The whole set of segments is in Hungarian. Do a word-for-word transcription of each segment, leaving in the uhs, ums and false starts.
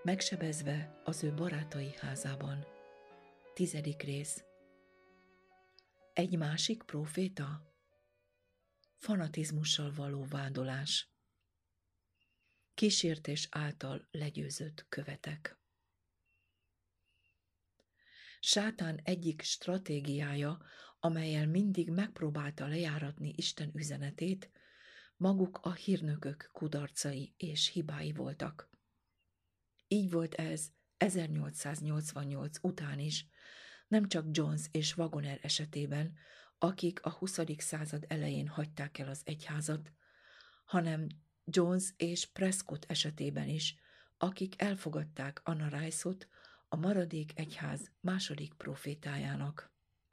Megsebezve az ő barátai házában. Tizedik rész. Egy másik próféta? Fanatizmussal való vádolás. Kísértés által legyőzött követek. Sátán egyik stratégiája, amellyel mindig megpróbálta lejáratni Isten üzenetét, maguk a hírnökök kudarcai és hibái voltak. Így volt ez ezernyolcszáznyolcvannyolc után is, nem csak Jones és Wagoner esetében, akik a huszadik század elején hagyták el az egyházat, hanem Jones és Prescott esetében is, akik elfogadták Anna Rice-ot a maradék egyház második profétájának.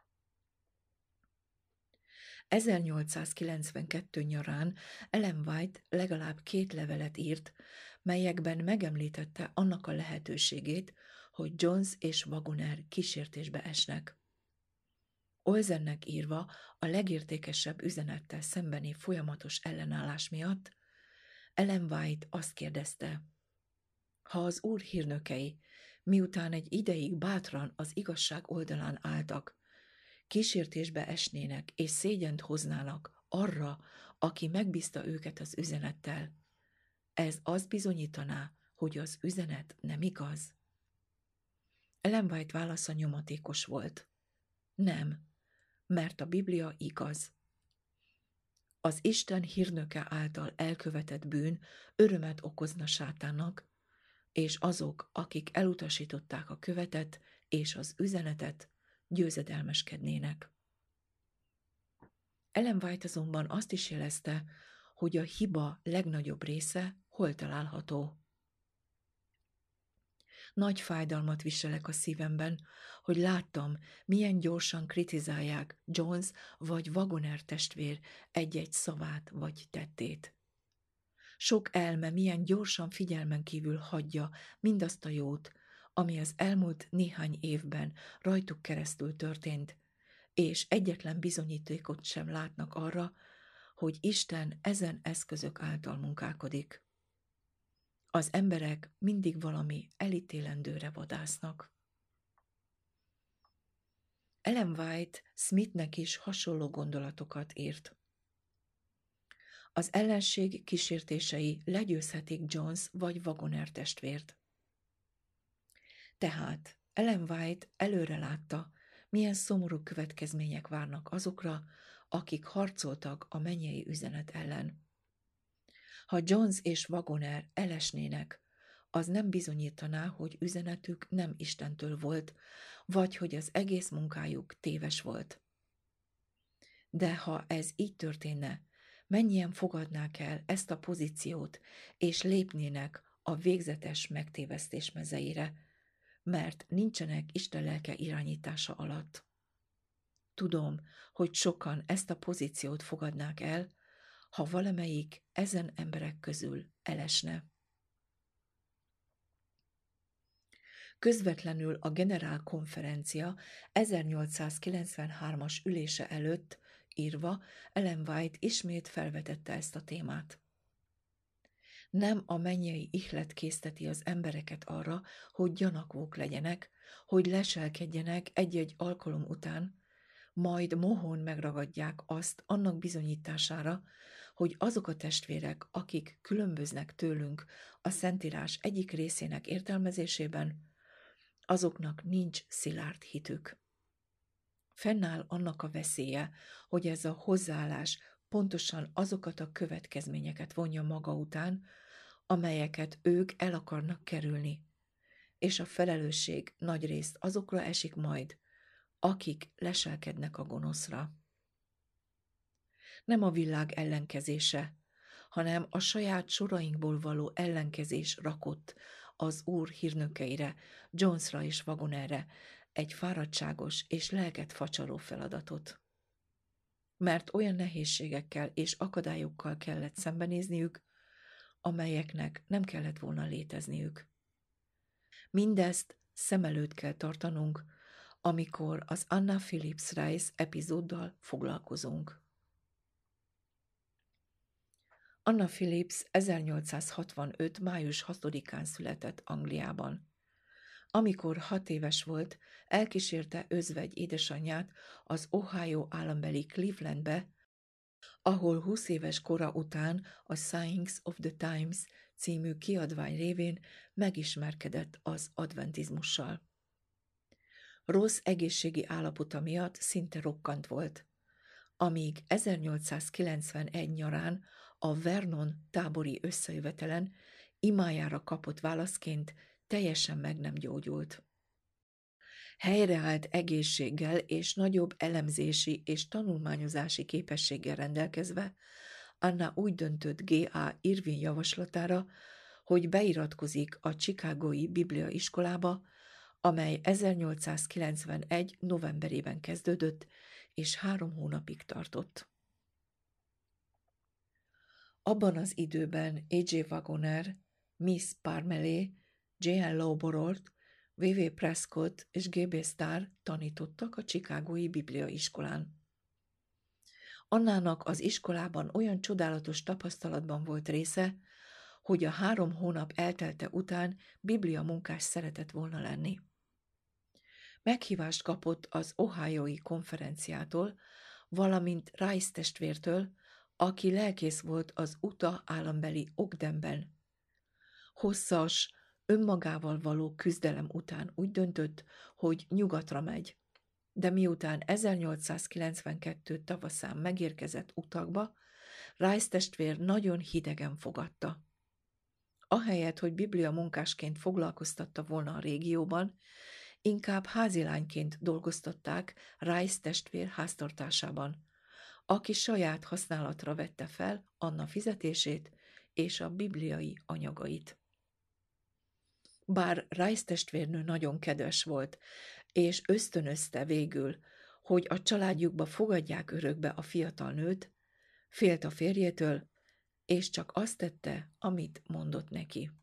ezernyolcszázkilencvenkettő nyarán Ellen White legalább két levelet írt, melyekben megemlítette annak a lehetőségét, hogy Jones és Wagoner kísértésbe esnek. Olsennek írva a legértékesebb üzenettel szembeni folyamatos ellenállás miatt, Ellen White azt kérdezte, ha az Úr hírnökei, miután egy ideig bátran az igazság oldalán álltak, kísértésbe esnének és szégyent hoznának arra, aki megbízta őket az üzenettel, ez azt bizonyítaná, hogy az üzenet nem igaz? Ellen White válasza nyomatékos volt. Nem, mert a Biblia igaz. Az Isten hírnöke által elkövetett bűn örömet okozna Sátánnak, és azok, akik elutasították a követet és az üzenetet, győzedelmeskednének. Ellen White azonban azt is jelezte, hogy a hiba legnagyobb része hol található. Nagy fájdalmat viselek a szívemben, hogy láttam, milyen gyorsan kritizálják Jones vagy Wagoner testvér egy-egy szavát vagy tettét. Sok elme milyen gyorsan figyelmen kívül hagyja mindazt a jót, ami az elmúlt néhány évben rajtuk keresztül történt, és egyetlen bizonyítékot sem látnak arra, hogy Isten ezen eszközök által munkálkodik. Az emberek mindig valami elítélendőre vadásznak. Ellen White Smithnek is hasonló gondolatokat írt. Az ellenség kísértései legyőzhetik Jones vagy Wagoner testvért. Tehát Ellen White előre látta, milyen szomorú következmények várnak azokra, akik harcoltak a mennyei üzenet ellen. Ha Jones és Wagoner elesnének, az nem bizonyítaná, hogy üzenetük nem Istentől volt, vagy hogy az egész munkájuk téves volt. De ha ez így történne, mennyien fogadnák el ezt a pozíciót, és lépnének a végzetes megtévesztés mezeire, mert nincsenek Isten lelke irányítása alatt. Tudom, hogy sokan ezt a pozíciót fogadnák el, ha valamelyik ezen emberek közül elesne. Közvetlenül a generálkonferencia ezernyolcszázkilencvenhármas ülése előtt írva Ellen White ismét felvetette ezt a témát. Nem a mennyei ihlet készteti az embereket arra, hogy gyanakvók legyenek, hogy leselkedjenek egy-egy alkalom után, majd mohón megragadják azt annak bizonyítására, hogy azok a testvérek, akik különböznek tőlünk a Szentírás egyik részének értelmezésében, azoknak nincs szilárd hitük. Fennáll annak a veszélye, hogy ez a hozzáállás pontosan azokat a következményeket vonja maga után, amelyeket ők el akarnak kerülni, és a felelősség nagyrészt azokra esik majd, akik leselkednek a gonoszra. Nem a világ ellenkezése, hanem a saját sorainkból való ellenkezés rakott az Úr hírnökeire, Jonesra és Wagonerre egy fáradtságos és lelket facsaró feladatot. Mert olyan nehézségekkel és akadályokkal kellett szembenézniük, amelyeknek nem kellett volna létezniük. Mindezt szem előtt kell tartanunk, amikor az Anna Phillips Rice epizóddal foglalkozunk. Anna Phillips ezernyolcszázhatvanöt. május hatodikán született Angliában. Amikor hat éves volt, elkísérte özvegy édesanyját az Ohio állambeli Clevelandbe, ahol húsz éves kora után a Sayings of the Times című kiadvány révén megismerkedett az adventizmussal. Rossz egészségi állapota miatt szinte rokkant volt, amíg ezernyolcszázkilencvenegy nyarán a Vernon tábori összejövetelen imájára kapott válaszként teljesen meg nem gyógyult. Helyreállt egészséggel és nagyobb elemzési és tanulmányozási képességgel rendelkezve, Anna úgy döntött G A Irvin javaslatára, hogy beiratkozik a Chicagói Bibliaiskolába, amely ezernyolcszázkilencvenegy. novemberében kezdődött, és három hónapig tartott. Abban az időben A J Wagoner, Miss Parmalee, J N Lowborough, W W Prescott és G B Starr tanítottak a Chicagói Bibliaiskolán. Annának az iskolában olyan csodálatos tapasztalatban volt része, hogy a három hónap eltelte után biblia munkás szeretett volna lenni. Meghívást kapott az Ohiói konferenciától, valamint Rice testvértől, aki lelkész volt az Utah állambeli Ogdenben. Hosszas, önmagával való küzdelem után úgy döntött, hogy nyugatra megy, de miután ezernyolcszázkilencvenkettő tavaszán megérkezett Utahba, Rice testvér nagyon hidegen fogadta. Ahelyett, hogy biblia munkásként foglalkoztatta volna a régióban, inkább házilányként dolgoztatták Rice testvér háztartásában, aki saját használatra vette fel Anna fizetését és a bibliai anyagait. Bár Rice testvérnő nagyon kedves volt, és ösztönözte végül, hogy a családjukba fogadják örökbe a fiatal nőt, félt a férjétől, és csak azt tette, amit mondott neki.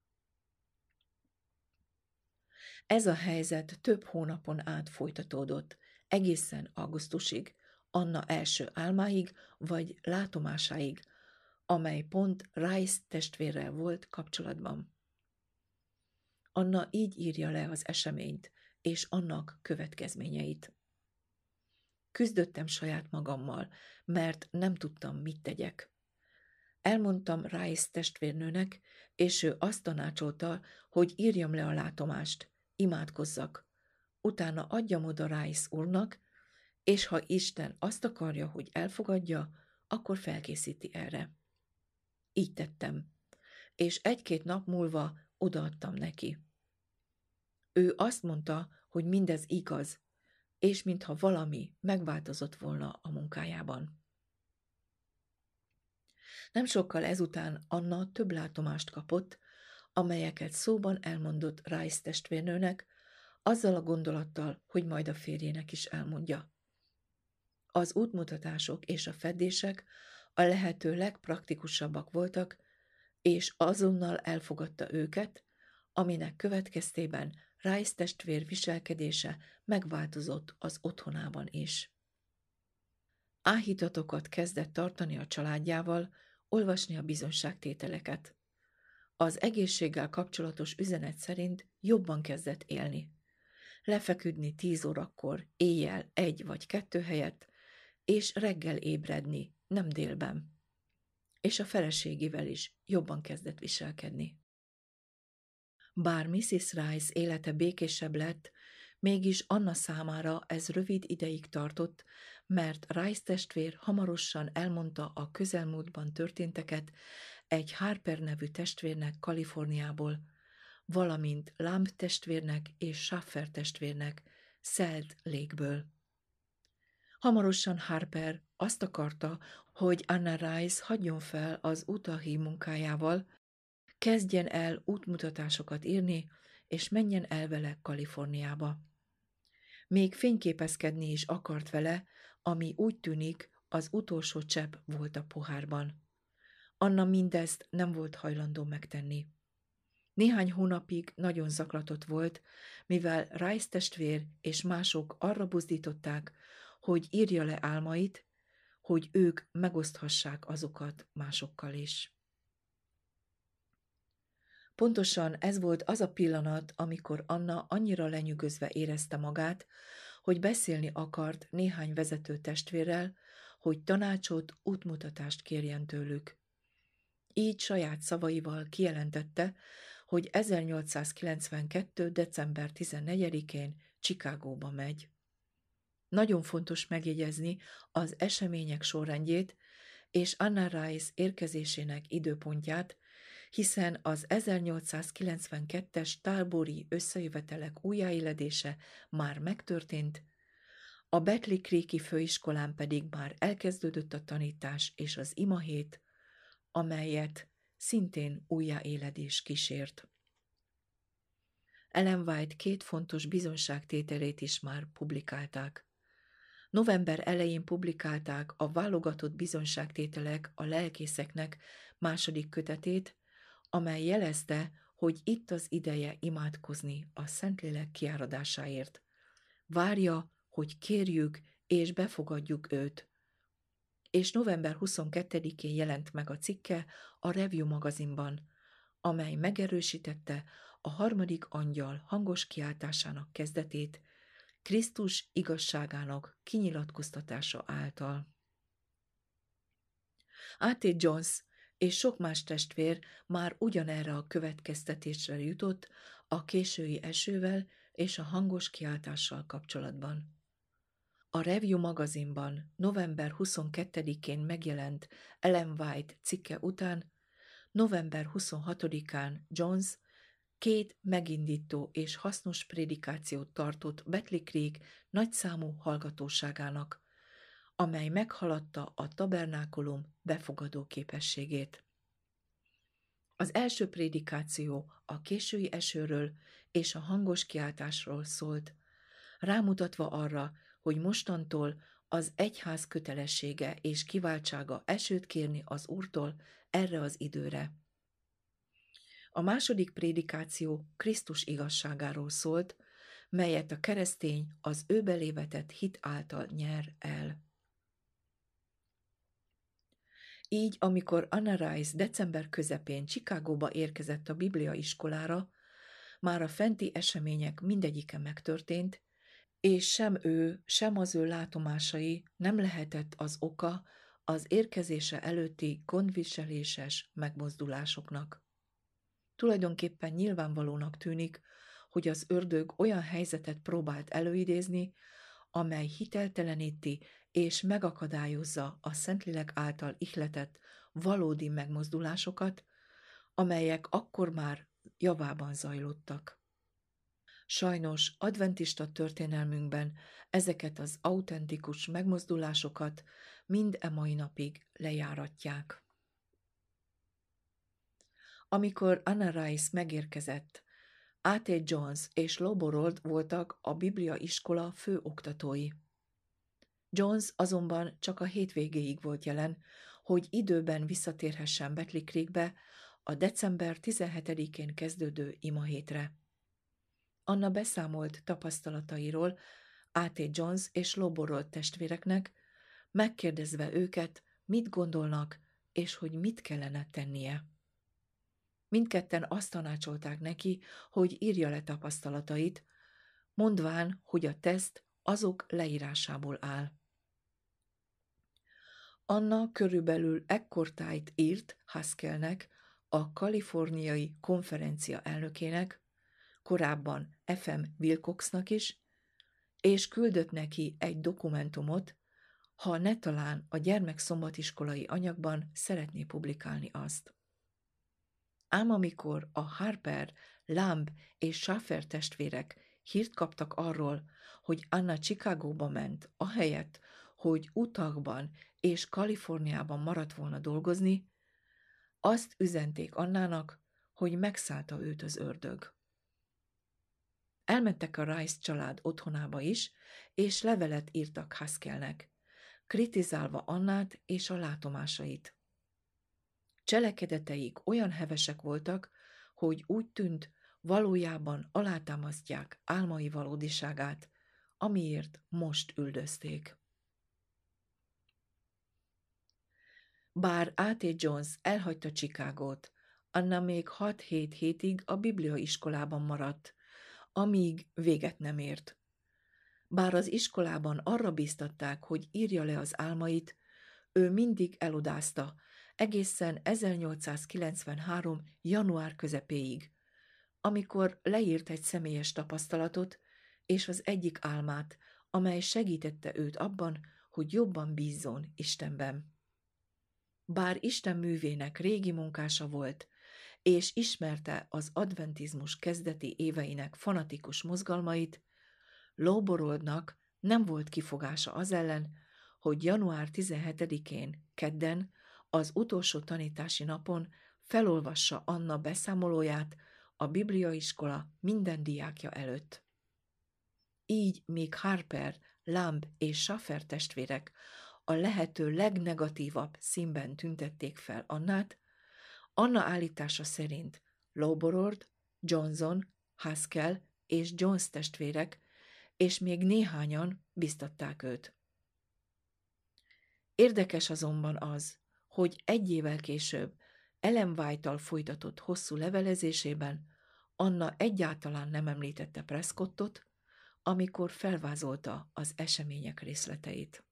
Ez a helyzet több hónapon át folytatódott, egészen augusztusig, Anna első álmáig vagy látomásáig, amely pont Rice testvérrel volt kapcsolatban. Anna így írja le az eseményt és annak következményeit. Küzdöttem saját magammal, mert nem tudtam, mit tegyek. Elmondtam Rice testvérnőnek, és ő azt tanácsolta, hogy írjam le a látomást, imádkozzak, utána adjam oda Rice úrnak, és ha Isten azt akarja, hogy elfogadja, akkor felkészíti erre. Így tettem, és egy-két nap múlva odaadtam neki. Ő azt mondta, hogy mindez igaz, és mintha valami megváltozott volna a munkájában. Nem sokkal ezután Anna több látomást kapott, amelyeket szóban elmondott Rice testvérnőnek, azzal a gondolattal, hogy majd a férjének is elmondja. Az útmutatások és a fedések a lehető legpraktikusabbak voltak, és azonnal elfogadta őket, aminek következtében Rice testvér viselkedése megváltozott az otthonában is. Áhítatokat kezdett tartani a családjával, olvasni a bizonyságtételeket. Az egészséggel kapcsolatos üzenet szerint jobban kezdett élni. Lefeküdni tíz órakor, éjjel egy vagy kettő helyett, és reggel ébredni, nem délben. És a feleségével is jobban kezdett viselkedni. Bár missziz Rice élete békésebb lett, mégis Anna számára ez rövid ideig tartott, mert Rice testvér hamarosan elmondta a közelmúltban történteket egy Harper nevű testvérnek Kaliforniából, valamint Lamb testvérnek és Schaffer testvérnek Salt Lake-ből. Hamarosan Harper azt akarta, hogy Anna Rice hagyjon fel az utahi munkájával, kezdjen el útmutatásokat írni, és menjen el vele Kaliforniába. Még fényképezkedni is akart vele, ami úgy tűnik, az utolsó csepp volt a pohárban. Anna mindezt nem volt hajlandó megtenni. Néhány hónapig nagyon zaklatott volt, mivel Rice testvér és mások arra buzdították, hogy írja le álmait, hogy ők megoszthassák azokat másokkal is. Pontosan ez volt az a pillanat, amikor Anna annyira lenyűgözve érezte magát, hogy beszélni akart néhány vezető testvérrel, hogy tanácsot, útmutatást kérjen tőlük. Így saját szavaival kijelentette, hogy ezernyolcszázkilencvenkettő. december tizennegyedikén Chicagóba megy. Nagyon fontos megjegyezni az események sorrendjét és Anna Rice érkezésének időpontját, hiszen az ezernyolcszázkilencvenkettes tábori összejövetelek újjáéledése már megtörtént, a Battle Creek-i főiskolán pedig már elkezdődött a tanítás és az imahét, amelyet szintén újjáéledés kísért. Ellen White két fontos bizonyságtételét is már publikálták. November elején publikálták a válogatott bizonyságtételek a lelkészeknek második kötetét, amely jelezte, hogy itt az ideje imádkozni a Szentlélek kiáradásáért. Várja, hogy kérjük és befogadjuk őt. És november huszonkettedikén jelent meg a cikke a Review magazinban, amely megerősítette a harmadik angyal hangos kiáltásának kezdetét Krisztus igazságának kinyilatkoztatása által. á té Jones és sok más testvér már ugyanerre a következtetésre jutott a késői esővel és a hangos kiáltással kapcsolatban. A Review magazinban november huszonkettedikén megjelent Ellen White cikke után november huszonhatodikán Jones két megindító és hasznos prédikációt tartott Battle Creek nagyszámú hallgatóságának, amely meghaladta a tabernákulum befogadó képességét. Az első prédikáció a késői esőről és a hangos kiáltásról szólt, rámutatva arra, hogy mostantól az egyház kötelessége és kiváltsága esőt kérni az Úrtól erre az időre. A második prédikáció Krisztus igazságáról szólt, melyet a keresztény az ő belévetett hit által nyer el. Így, amikor Anna Rice december közepén Chicagóba érkezett a Biblia iskolára, már a fenti események mindegyike megtörtént, és sem ő, sem az ő látomásai nem lehetett az oka az érkezése előtti gondviseléses megmozdulásoknak. Tulajdonképpen nyilvánvalónak tűnik, hogy az ördög olyan helyzetet próbált előidézni, amely hitelteleníti és megakadályozza a Szentlélek által ihletett valódi megmozdulásokat, amelyek akkor már javában zajlottak. Sajnos adventista történelmünkben ezeket az autentikus megmozdulásokat mind e mai napig lejáratják. Amikor Anna Rice megérkezett, á té Jones és Loborold voltak a Biblia iskola fő oktatói. Jones azonban csak a hétvégéig volt jelen, hogy időben visszatérhessen Battle Creekbe a december tizenhetedikén kezdődő imahétre. Anna beszámolt tapasztalatairól á té Jones és Loborold testvéreknek, megkérdezve őket, mit gondolnak és hogy mit kellene tennie. Mindketten azt tanácsolták neki, hogy írja le tapasztalatait, mondván, hogy a teszt azok leírásából áll. Anna körülbelül ekkortájt írt Haskellnek, a kaliforniai konferencia elnökének, korábban ef em Wilcoxnak is, és küldött neki egy dokumentumot, ha netalán a gyermekszombatiskolai anyagban szeretné publikálni azt. Ám amikor a Harper, Lamb és Schaffer testvérek hírt kaptak arról, hogy Anna Chicagóba ment, ahelyett, hogy utakban és Kaliforniában maradt volna dolgozni, azt üzenték Annának, hogy megszállta őt az ördög. Elmentek a Rice család otthonába is, és levelet írtak Haskellnek, kritizálva Annát és a látomásait. Cselekedeteik olyan hevesek voltak, hogy úgy tűnt, valójában alátámasztják álmai valódiságát, amiért most üldözték. Bár á té Jones elhagyta Chicagót, Anna még hat-hét hétig a bibliaiskolában maradt, amíg véget nem ért. Bár az iskolában arra bíztatták, hogy írja le az álmait, ő mindig elodázta, egészen ezernyolcszázkilencvenhárom. január közepéig, amikor leírt egy személyes tapasztalatot és az egyik álmát, amely segítette őt abban, hogy jobban bízzon Istenben. Bár Isten művének régi munkása volt, és ismerte az adventizmus kezdeti éveinek fanatikus mozgalmait, Lowborough-nak nem volt kifogása az ellen, hogy január tizenhetedikén, kedden, az utolsó tanítási napon felolvassa Anna beszámolóját a bibliaiskola minden diákja előtt. Így még Harper, Lamb és Schaffer testvérek a lehető legnegatívabb színben tüntették fel Annát, Anna állítása szerint Lowborough, Johnson, Haskell és Jones testvérek és még néhányan biztatták őt. Érdekes azonban az, hogy egy évvel később Ellen White-tal folytatott hosszú levelezésében Anna egyáltalán nem említette Prescottot, amikor felvázolta az események részleteit.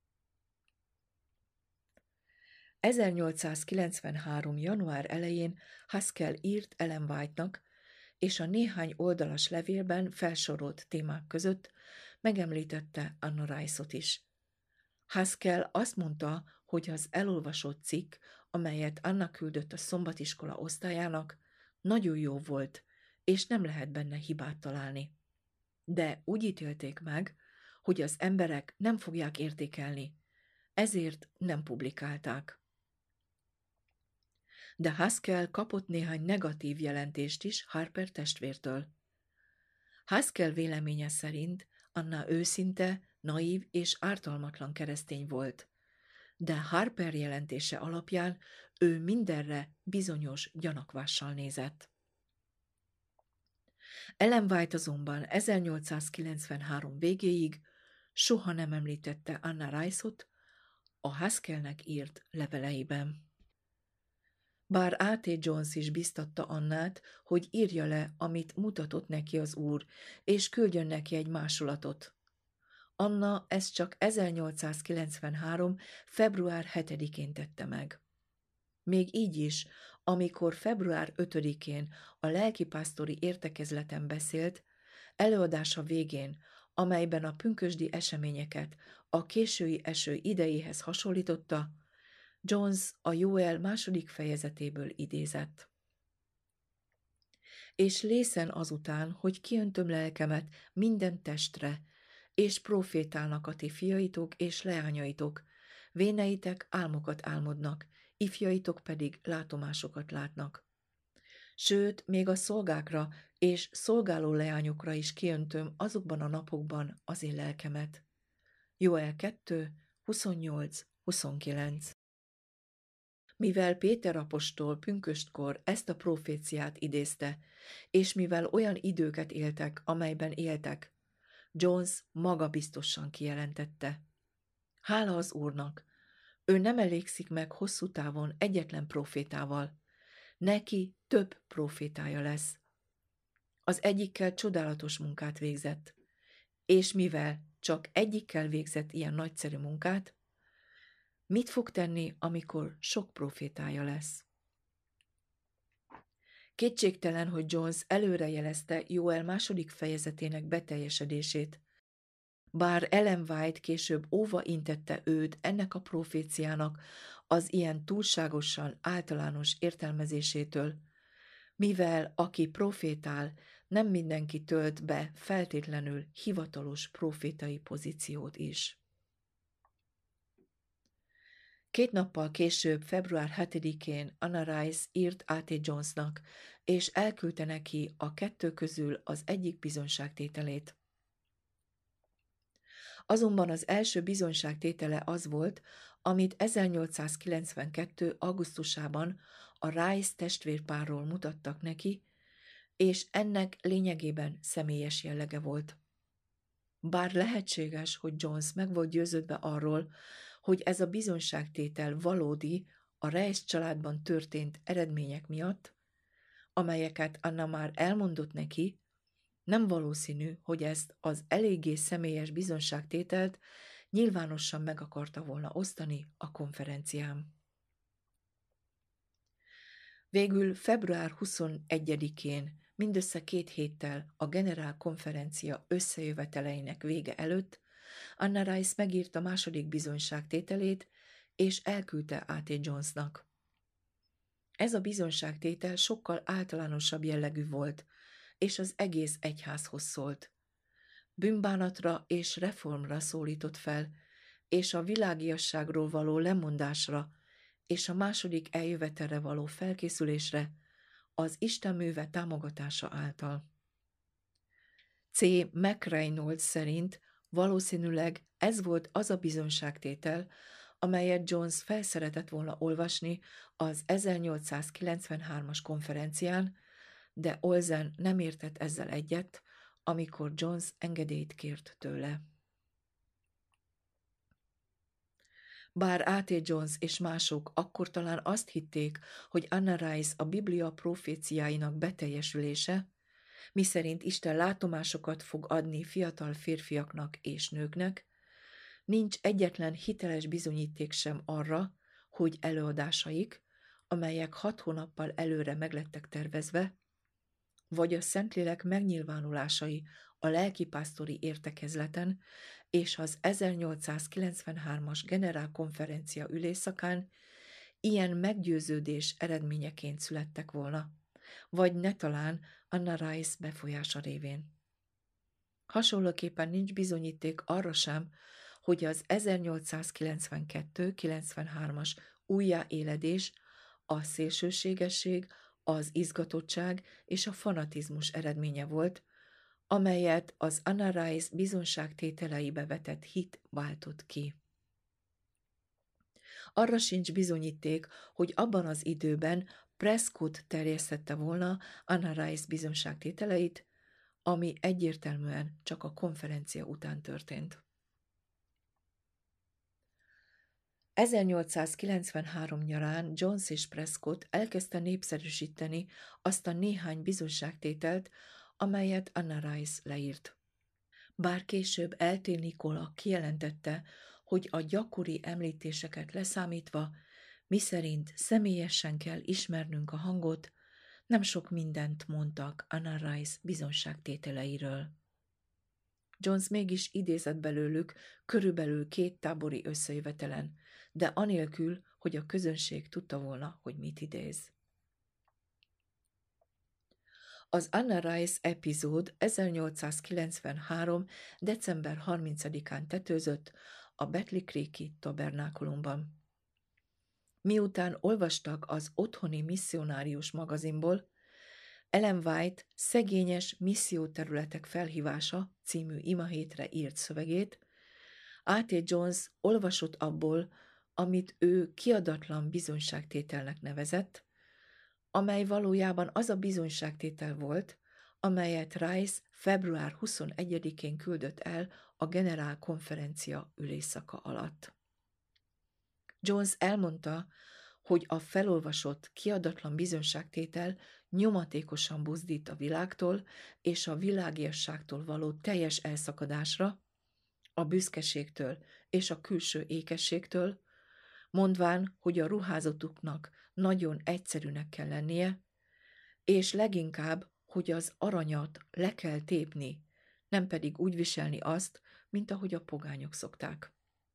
ezernyolcszázkilencvenhárom. január elején Haskell írt Ellen White-nak, és a néhány oldalas levélben felsorolt témák között megemlítette Anna Rice-ot is. Haskell azt mondta, hogy az elolvasott cikk, amelyet Anna küldött a szombatiskola osztályának, nagyon jó volt, és nem lehet benne hibát találni. De úgy ítélték meg, hogy az emberek nem fogják értékelni, ezért nem publikálták. De Haskell kapott néhány negatív jelentést is Harper testvértől. Haskell véleménye szerint Anna őszinte, naív és ártalmatlan keresztény volt, de Harper jelentése alapján ő mindenre bizonyos gyanakvással nézett. Ellen White azonban ezernyolcszázkilencvenhárom végéig soha nem említette Anna Rice-ot a Haskellnek írt leveleiben. Bár á té Jones is biztatta Annát, hogy írja le, amit mutatott neki az Úr, és küldjön neki egy másolatot. Anna ezt csak ezernyolcszázkilencvenhárom. február hetedikén tette meg. Még így is, amikor február ötödikén a lelkipásztori értekezleten beszélt, előadása végén, amelyben a pünkösdi eseményeket a késői eső idejéhez hasonlította, Jones a Jóel második fejezetéből idézett. És lészen azután, hogy kiöntöm lelkemet minden testre, és profétálnak a ti fiaitok és leányaitok, véneitek álmokat álmodnak, ifjaitok pedig látomásokat látnak. Sőt, még a szolgákra és szolgáló leányokra is kiöntöm azokban a napokban az én lelkemet. Jóel kettő, huszonnyolc, huszonkilenc. Mivel Péter apostol pünköstkor ezt a proféciát idézte, és mivel olyan időket éltek, amelyben éltek, Jones magabiztosan kijelentette: hála az Úrnak, ő nem elégszik meg hosszú távon egyetlen profétával, neki több profétája lesz. Az egyikkel csodálatos munkát végzett, és mivel csak egyikkel végzett ilyen nagyszerű munkát, mit fog tenni, amikor sok profétája lesz? Kétségtelen, hogy Jones előrejelezte Jóel második fejezetének beteljesedését, bár Ellen White később óva intette őt ennek a proféciának az ilyen túlságosan általános értelmezésétől, mivel aki profétál, nem mindenki tölt be feltétlenül hivatalos profétai pozíciót is. Két nappal később, február hetedikén Anna Rice írt á té Jonesnak, és elküldte neki a kettő közül az egyik bizonyságtételét. Azonban az első bizonyságtétele az volt, amit ezernyolcszázkilencvenkettő. augusztusában a Rice testvérpárról mutattak neki, és ennek lényegében személyes jellege volt. Bár lehetséges, hogy Jones meg volt győződve arról, hogy ez a bizonságtétel valódi, a Rice családban történt eredmények miatt, amelyeket Anna már elmondott neki, nem valószínű, hogy ezt az eléggé személyes bizonságtételt nyilvánosan meg akarta volna osztani a konferencián. Végül február huszonegyedikén, mindössze két héttel a generálkonferencia összejöveteleinek vége előtt Anna Rice megírta második bizonyságtételét, és elküldte á té Jonesnak. Ez a bizonyságtétel sokkal általánosabb jellegű volt, és az egész egyházhoz szólt. Bűnbánatra és reformra szólított fel, és a világiasságról való lemondásra, és a második eljövetelre való felkészülésre, az Isten műve támogatása által. C. McReynolds szerint valószínűleg ez volt az a bizonyságtétel, amelyet Jones felszeretett volna olvasni az ezernyolcszázkilencvenhármas konferencián, de Olsen nem értett ezzel egyet, amikor Jones engedélyt kért tőle. Bár á té Jones és mások akkor talán azt hitték, hogy Anna Rice a Biblia proféciáinak beteljesülése, miszerint Isten látomásokat fog adni fiatal férfiaknak és nőknek, nincs egyetlen hiteles bizonyíték sem arra, hogy előadásaik, amelyek hat hónappal előre meglettek tervezve, vagy a Szentlélek megnyilvánulásai a lelkipásztori értekezleten és az ezernyolcszázkilencvenhármas generálkonferencia ülésszakán ilyen meggyőződés eredményeként születtek volna, vagy netalán Anna Rice befolyása révén. Hasonlóképpen nincs bizonyíték arra sem, hogy az ezernyolcszázkilencvenkettő-kilencvenhármas újjáéledés, a szélsőségesség, az izgatottság és a fanatizmus eredménye volt, amelyet az Anna Rice bizonságtételeibe vetett hit váltott ki. Arra sincs bizonyíték, hogy abban az időben Prescott terjesztette volna Anna Rice bizonságtételeit, ami egyértelműen csak a konferencia után történt. ezernyolcszázkilencvenhárom nyarán Jones és Prescott elkezdte népszerűsíteni azt a néhány bizonságtételt, amelyet Anna Rice leírt. Bár később Elté Nikola kijelentette, hogy a gyakori említéseket leszámítva, miszerint személyesen kell ismernünk a hangot, nem sok mindent mondtak Anna Rice bizonságtételeiről. Jones mégis idézett belőlük körülbelül két tábori összejövetelen, de anélkül, hogy a közönség tudta volna, hogy mit idéz. Az Anna Rice epizód ezernyolcszázkilencvenhárom. december harmincadikán tetőzött a Battle Creek-i tabernákulumban. Miután olvastak az otthoni misszionárius magazinból, Ellen White Szegényes misszióterületek felhívása című imahétre írt szövegét, á té Jones olvasott abból, amit ő kiadatlan bizonyságtételnek nevezett, amely valójában az a bizonyságtétel volt, amelyet Rice február huszonegyedikén küldött el a generálkonferencia ülésszaka alatt. Jones elmondta, hogy a felolvasott kiadatlan bizonyságtétel nyomatékosan buzdít a világtól és a világiasságtól való teljes elszakadásra, a büszkeségtől és a külső ékességtől, mondván, hogy a ruházatuknak nagyon egyszerűnek kell lennie, és leginkább, hogy az aranyat le kell tépni, nem pedig úgy viselni azt, mint ahogy a pogányok szokták.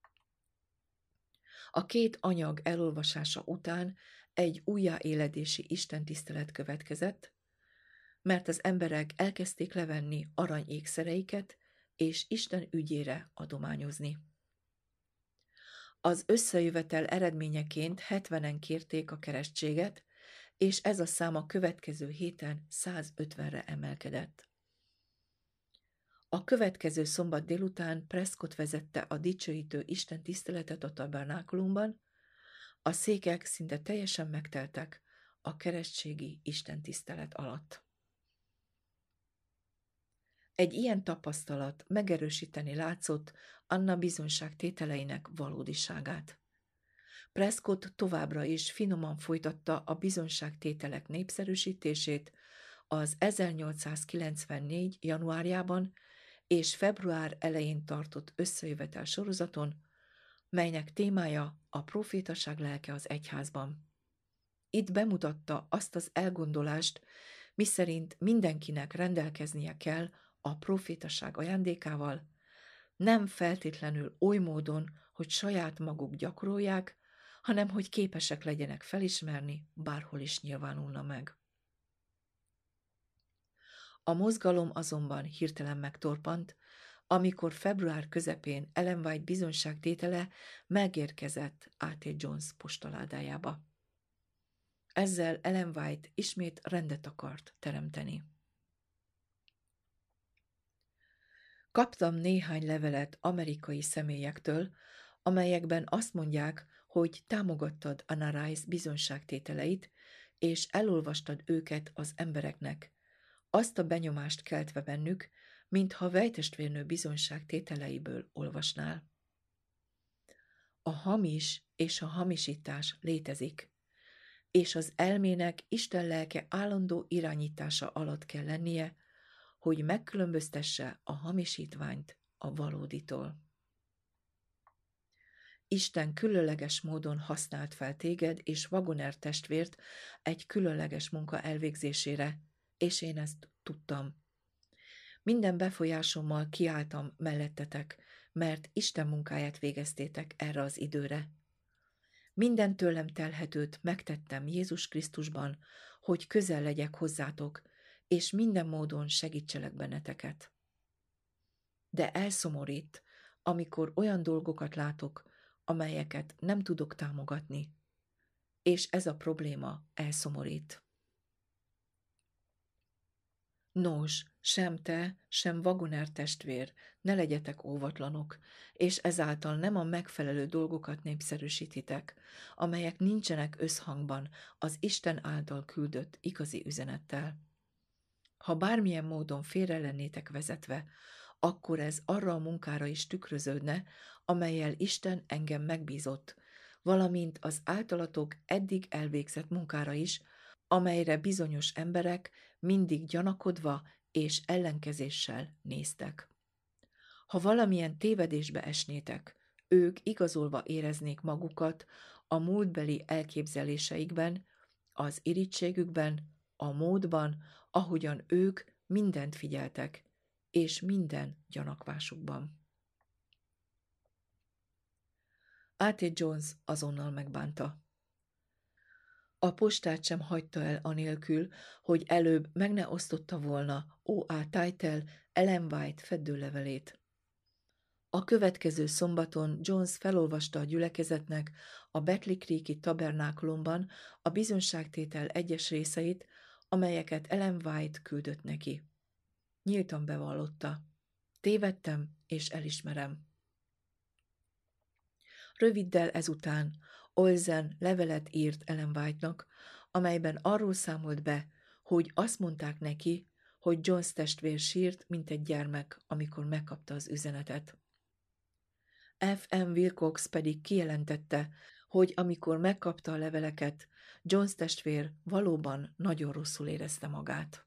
A két anyag elolvasása után egy újjáéledési istentisztelet következett, mert az emberek elkezdték levenni aranyékszereiket és Isten ügyére adományozni. Az összejövetel eredményeként hetvenen kérték a keresztséget, és ez a szám a következő héten százötvenre emelkedett. A következő szombat délután Prescott vezette a dicsőítő Isten tiszteletet a tabernákulumban, a székek szinte teljesen megteltek a keresztségi Isten tisztelet alatt. Egy ilyen tapasztalat megerősíteni látszott Anna bizonyságtételeinek valódiságát. Prescott továbbra is finoman folytatta a bizonyságtételek népszerűsítését az ezernyolcszázkilencvennégy. januárjában és február elején tartott összejövetel sorozaton, melynek témája a profétaság lelke az egyházban. Itt bemutatta azt az elgondolást, miszerint mindenkinek rendelkeznie kell a profétaság ajándékával, nem feltétlenül oly módon, hogy saját maguk gyakorolják, hanem hogy képesek legyenek felismerni, bárhol is nyilvánulna meg. A mozgalom azonban hirtelen megtorpant, amikor február közepén Ellen White bizonyságtétele megérkezett á té Jones postaládájába. Ezzel Ellen White ismét rendet akart teremteni. Kaptam néhány levelet amerikai személyektől, amelyekben azt mondják, hogy támogattad Anna Rice bizonyságtételeit, és elolvastad őket az embereknek, azt a benyomást keltve bennük, mintha White-testvérnő bizonyságtételeiből olvasnál. A hamis és a hamisítás létezik, és az elmének Isten lelke állandó irányítása alatt kell lennie, hogy megkülönböztesse a hamisítványt a valóditól. Isten különleges módon használt fel téged és Wagoner testvért egy különleges munka elvégzésére, és én ezt tudtam. Minden befolyásommal kiálltam mellettetek, mert Isten munkáját végeztétek erre az időre. Minden tőlem telhetőt megtettem Jézus Krisztusban, hogy közel legyek hozzátok, és minden módon segítselek benneteket. De elszomorít, amikor olyan dolgokat látok, amelyeket nem tudok támogatni, és ez a probléma elszomorít. Nos, sem te, sem Wagoner testvér, ne legyetek óvatlanok, és ezáltal nem a megfelelő dolgokat népszerűsítitek, amelyek nincsenek összhangban az Isten által küldött igazi üzenettel. Ha bármilyen módon félre lennétek vezetve, akkor ez arra a munkára is tükröződne, amellyel Isten engem megbízott, valamint az általatok eddig elvégzett munkára is, amelyre bizonyos emberek mindig gyanakodva és ellenkezéssel néztek. Ha valamilyen tévedésbe esnétek, ők igazolva éreznék magukat a múltbeli elképzeléseikben, az irítségükben, a módban, ahogyan ők mindent figyeltek, és minden gyanakvásukban. á té Jones azonnal megbánta. A postát sem hagyta el anélkül, hogy előbb meg ne osztotta volna ó á Title Ellen White feddőlevelét. A következő szombaton Jones felolvasta a gyülekezetnek a Battle Creek-i tabernákulumban a bizonyságtétel egyes részeit, amelyeket Ellen White küldött neki. Nyíltan bevallotta. Tévedtem, és elismerem. Röviddel ezután Olsen levelet írt Ellen White-nak, amelyben arról számolt be, hogy azt mondták neki, hogy Jones testvér sírt, mint egy gyermek, amikor megkapta az üzenetet. ef em Wilcox pedig kijelentette, hogy amikor megkapta a leveleket, Jones testvér valóban nagyon rosszul érezte magát.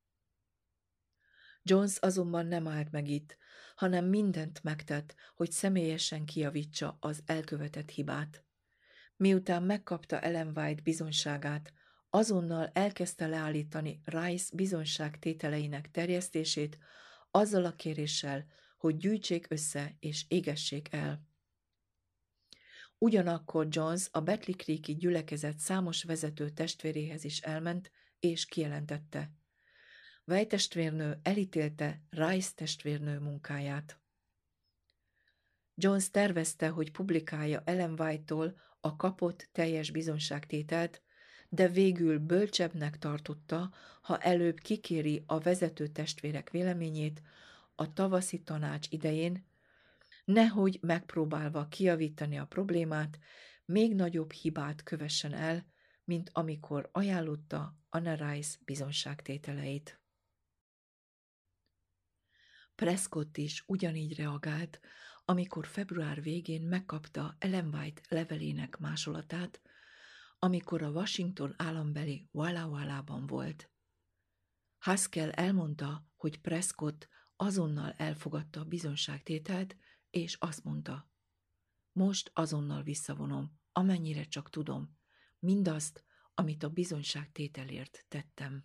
Jones azonban nem állt meg itt, hanem mindent megtett, hogy személyesen kijavítsa az elkövetett hibát. Miután megkapta Ellen White bizonyságát, azonnal elkezdte leállítani Rice bizonyságtételeinek terjesztését azzal a kéréssel, hogy gyűjtsék össze és égessék el. Ugyanakkor Jones a Battle Creek-i gyülekezet számos vezető testvéréhez is elment, és kijelentette. White testvérnő elítélte Rice testvérnő munkáját. Jones tervezte, hogy publikálja Ellen White-tól a kapott teljes bizonyságtételt, de végül bölcsebbnek tartotta, ha előbb kikéri a vezető testvérek véleményét a tavaszi tanács idején, nehogy megpróbálva kijavítani a problémát, még nagyobb hibát kövessen el, mint amikor ajánlotta Anna Rice bizonyságtételeit. Prescott is ugyanígy reagált, amikor február végén megkapta Ellen White levelének másolatát, amikor a Washington állambeli Walla Wallában volt. Haskell elmondta, hogy Prescott azonnal elfogadta a bizonságtételt, és azt mondta: most azonnal visszavonom, amennyire csak tudom, mindazt, amit a bizonyságtételért tettem.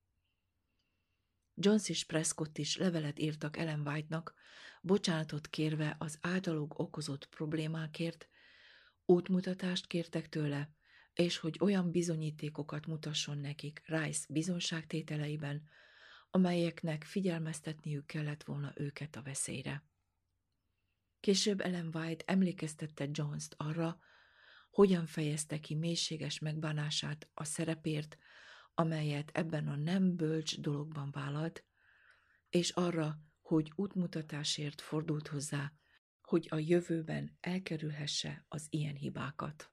Jones és Prescott is levelet írtak Ellen White-nak, bocsánatot kérve az általuk okozott problémákért, útmutatást kértek tőle, és hogy olyan bizonyítékokat mutasson nekik Rice bizonyságtételeiben, amelyeknek figyelmeztetniük kellett volna őket a veszélyre. Később Ellen White emlékeztette Jonest arra, hogyan fejezte ki mélységes megbánását a szerepért, amelyet ebben a nem bölcs dologban vállalt, és arra, hogy útmutatásért fordult hozzá, hogy a jövőben elkerülhesse az ilyen hibákat.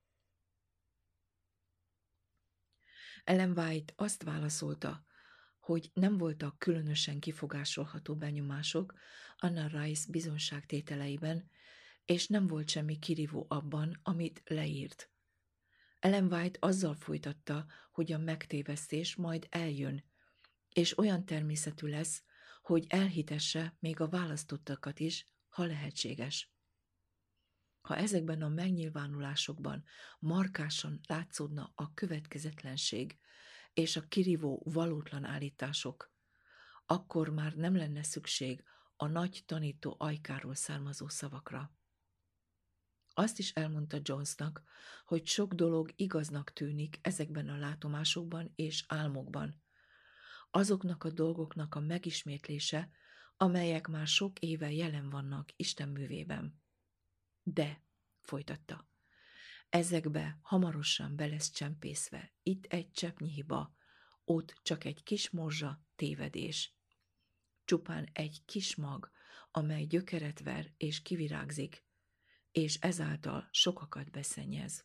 Ellen White azt válaszolta, hogy nem voltak különösen kifogásolható benyomások Anna Rice bizonságtételeiben, és nem volt semmi kirívó abban, amit leírt. Ellen White azzal folytatta, hogy a megtévesztés majd eljön, és olyan természetű lesz, hogy elhitesse még a választottakat is, ha lehetséges. Ha ezekben a megnyilvánulásokban markásan látszódna a következetlenség és a kirívó valótlan állítások, akkor már nem lenne szükség a nagy tanító ajkáról származó szavakra. Azt is elmondta Jonesnak, hogy sok dolog igaznak tűnik ezekben a látomásokban és álmokban. Azoknak a dolgoknak a megismétlése, amelyek már sok éve jelen vannak Isten művében. De, folytatta, ezekbe hamarosan be lesz csempészve, itt egy cseppnyi hiba, ott csak egy kis morzsa tévedés. Csupán egy kis mag, amely gyökeret ver és kivirágzik, és ezáltal sokakat beszennyez.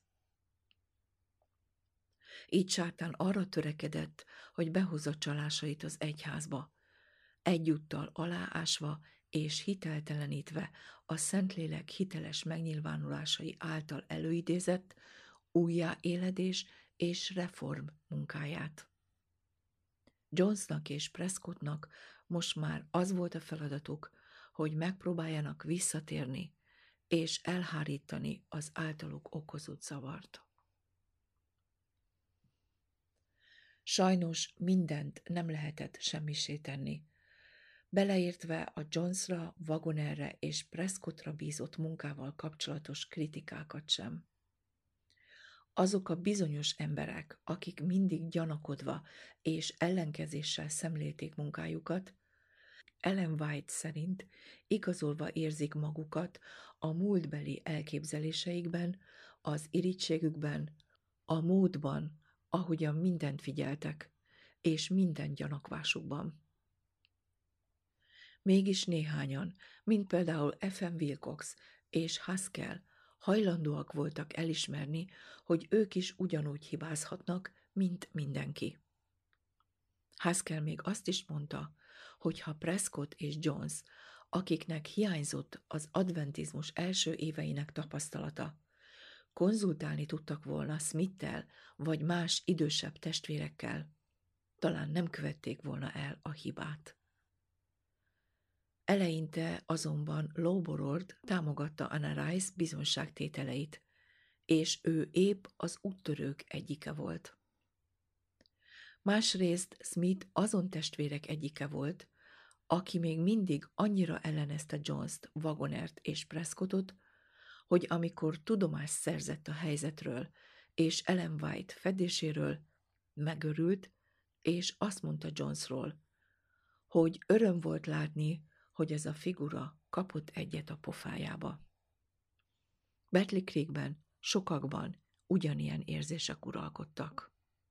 Így sátán arra törekedett, hogy behozza csalásait az egyházba, egyúttal aláásva és hiteltelenítve a Szentlélek hiteles megnyilvánulásai által előidézett újjáéledés és reform munkáját. Jonesnak és Prescottnak most már az volt a feladatuk, hogy megpróbáljanak visszatérni és elhárítani az általuk okozott zavart. Sajnos mindent nem lehetett semmisé tenni, beleértve a Jonesra, Wagonerre és Prescottra bízott munkával kapcsolatos kritikákat sem. Azok a bizonyos emberek, akik mindig gyanakodva és ellenkezéssel szemlélték munkájukat, Ellen White szerint igazolva érzik magukat a múltbeli elképzeléseikben, az irítségükben, a módban, ahogyan mindent figyeltek, és minden gyanakvásukban. Mégis néhányan, mint például F M Wilcox és Haskell, hajlandóak voltak elismerni, hogy ők is ugyanúgy hibázhatnak, mint mindenki. Haskell még azt is mondta, hogy ha Prescott és Jones, akiknek hiányzott az adventizmus első éveinek tapasztalata, konzultálni tudtak volna Smith-tel vagy más idősebb testvérekkel, talán nem követték volna el a hibát. Eleinte azonban Lowborord támogatta Anna Rice bizonságtételeit, és ő épp az úttörők egyike volt. Másrészt Smith azon testvérek egyike volt, aki még mindig annyira ellenezte Jonest, Wagonert és Prescottot, hogy amikor tudomást szerzett a helyzetről és Ellen White fedéséről, megörült, és azt mondta Jonesról, hogy öröm volt látni, hogy ez a figura kapott egyet a pofájába. Battle Creekben sokakban ugyanilyen érzések uralkodtak.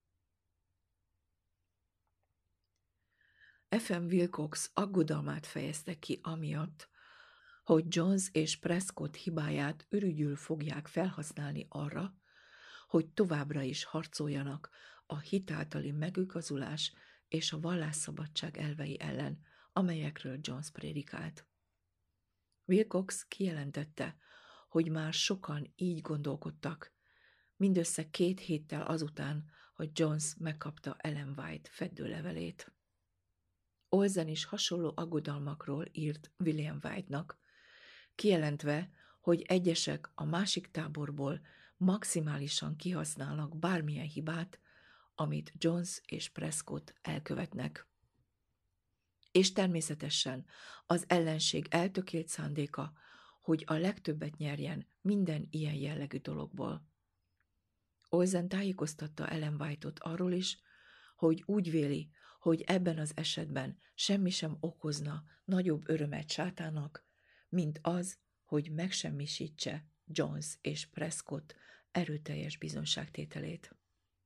F M Wilcox aggodalmát fejezte ki amiatt, hogy Jones és Prescott hibáját ürügyül fogják felhasználni arra, hogy továbbra is harcoljanak a hitáltali megigazulás és a vallásszabadság elvei ellen amelyekről Jones prédikált. Wilcox kijelentette, hogy már sokan így gondolkodtak, mindössze két héttel azután, hogy Jones megkapta Ellen White feddőlevelét. Olsen is hasonló aggodalmakról írt William White-nak, kijelentve, hogy egyesek a másik táborból maximálisan kihasználnak bármilyen hibát, amit Jones és Prescott elkövetnek. És természetesen az ellenség eltökélt szándéka, hogy a legtöbbet nyerjen minden ilyen jellegű dologból. Olsen tájékoztatta Ellen White-ot arról is, hogy úgy véli, hogy ebben az esetben semmi sem okozna nagyobb örömet sátának, mint az, hogy megsemmisítse Jones és Prescott erőteljes bizonságtételét.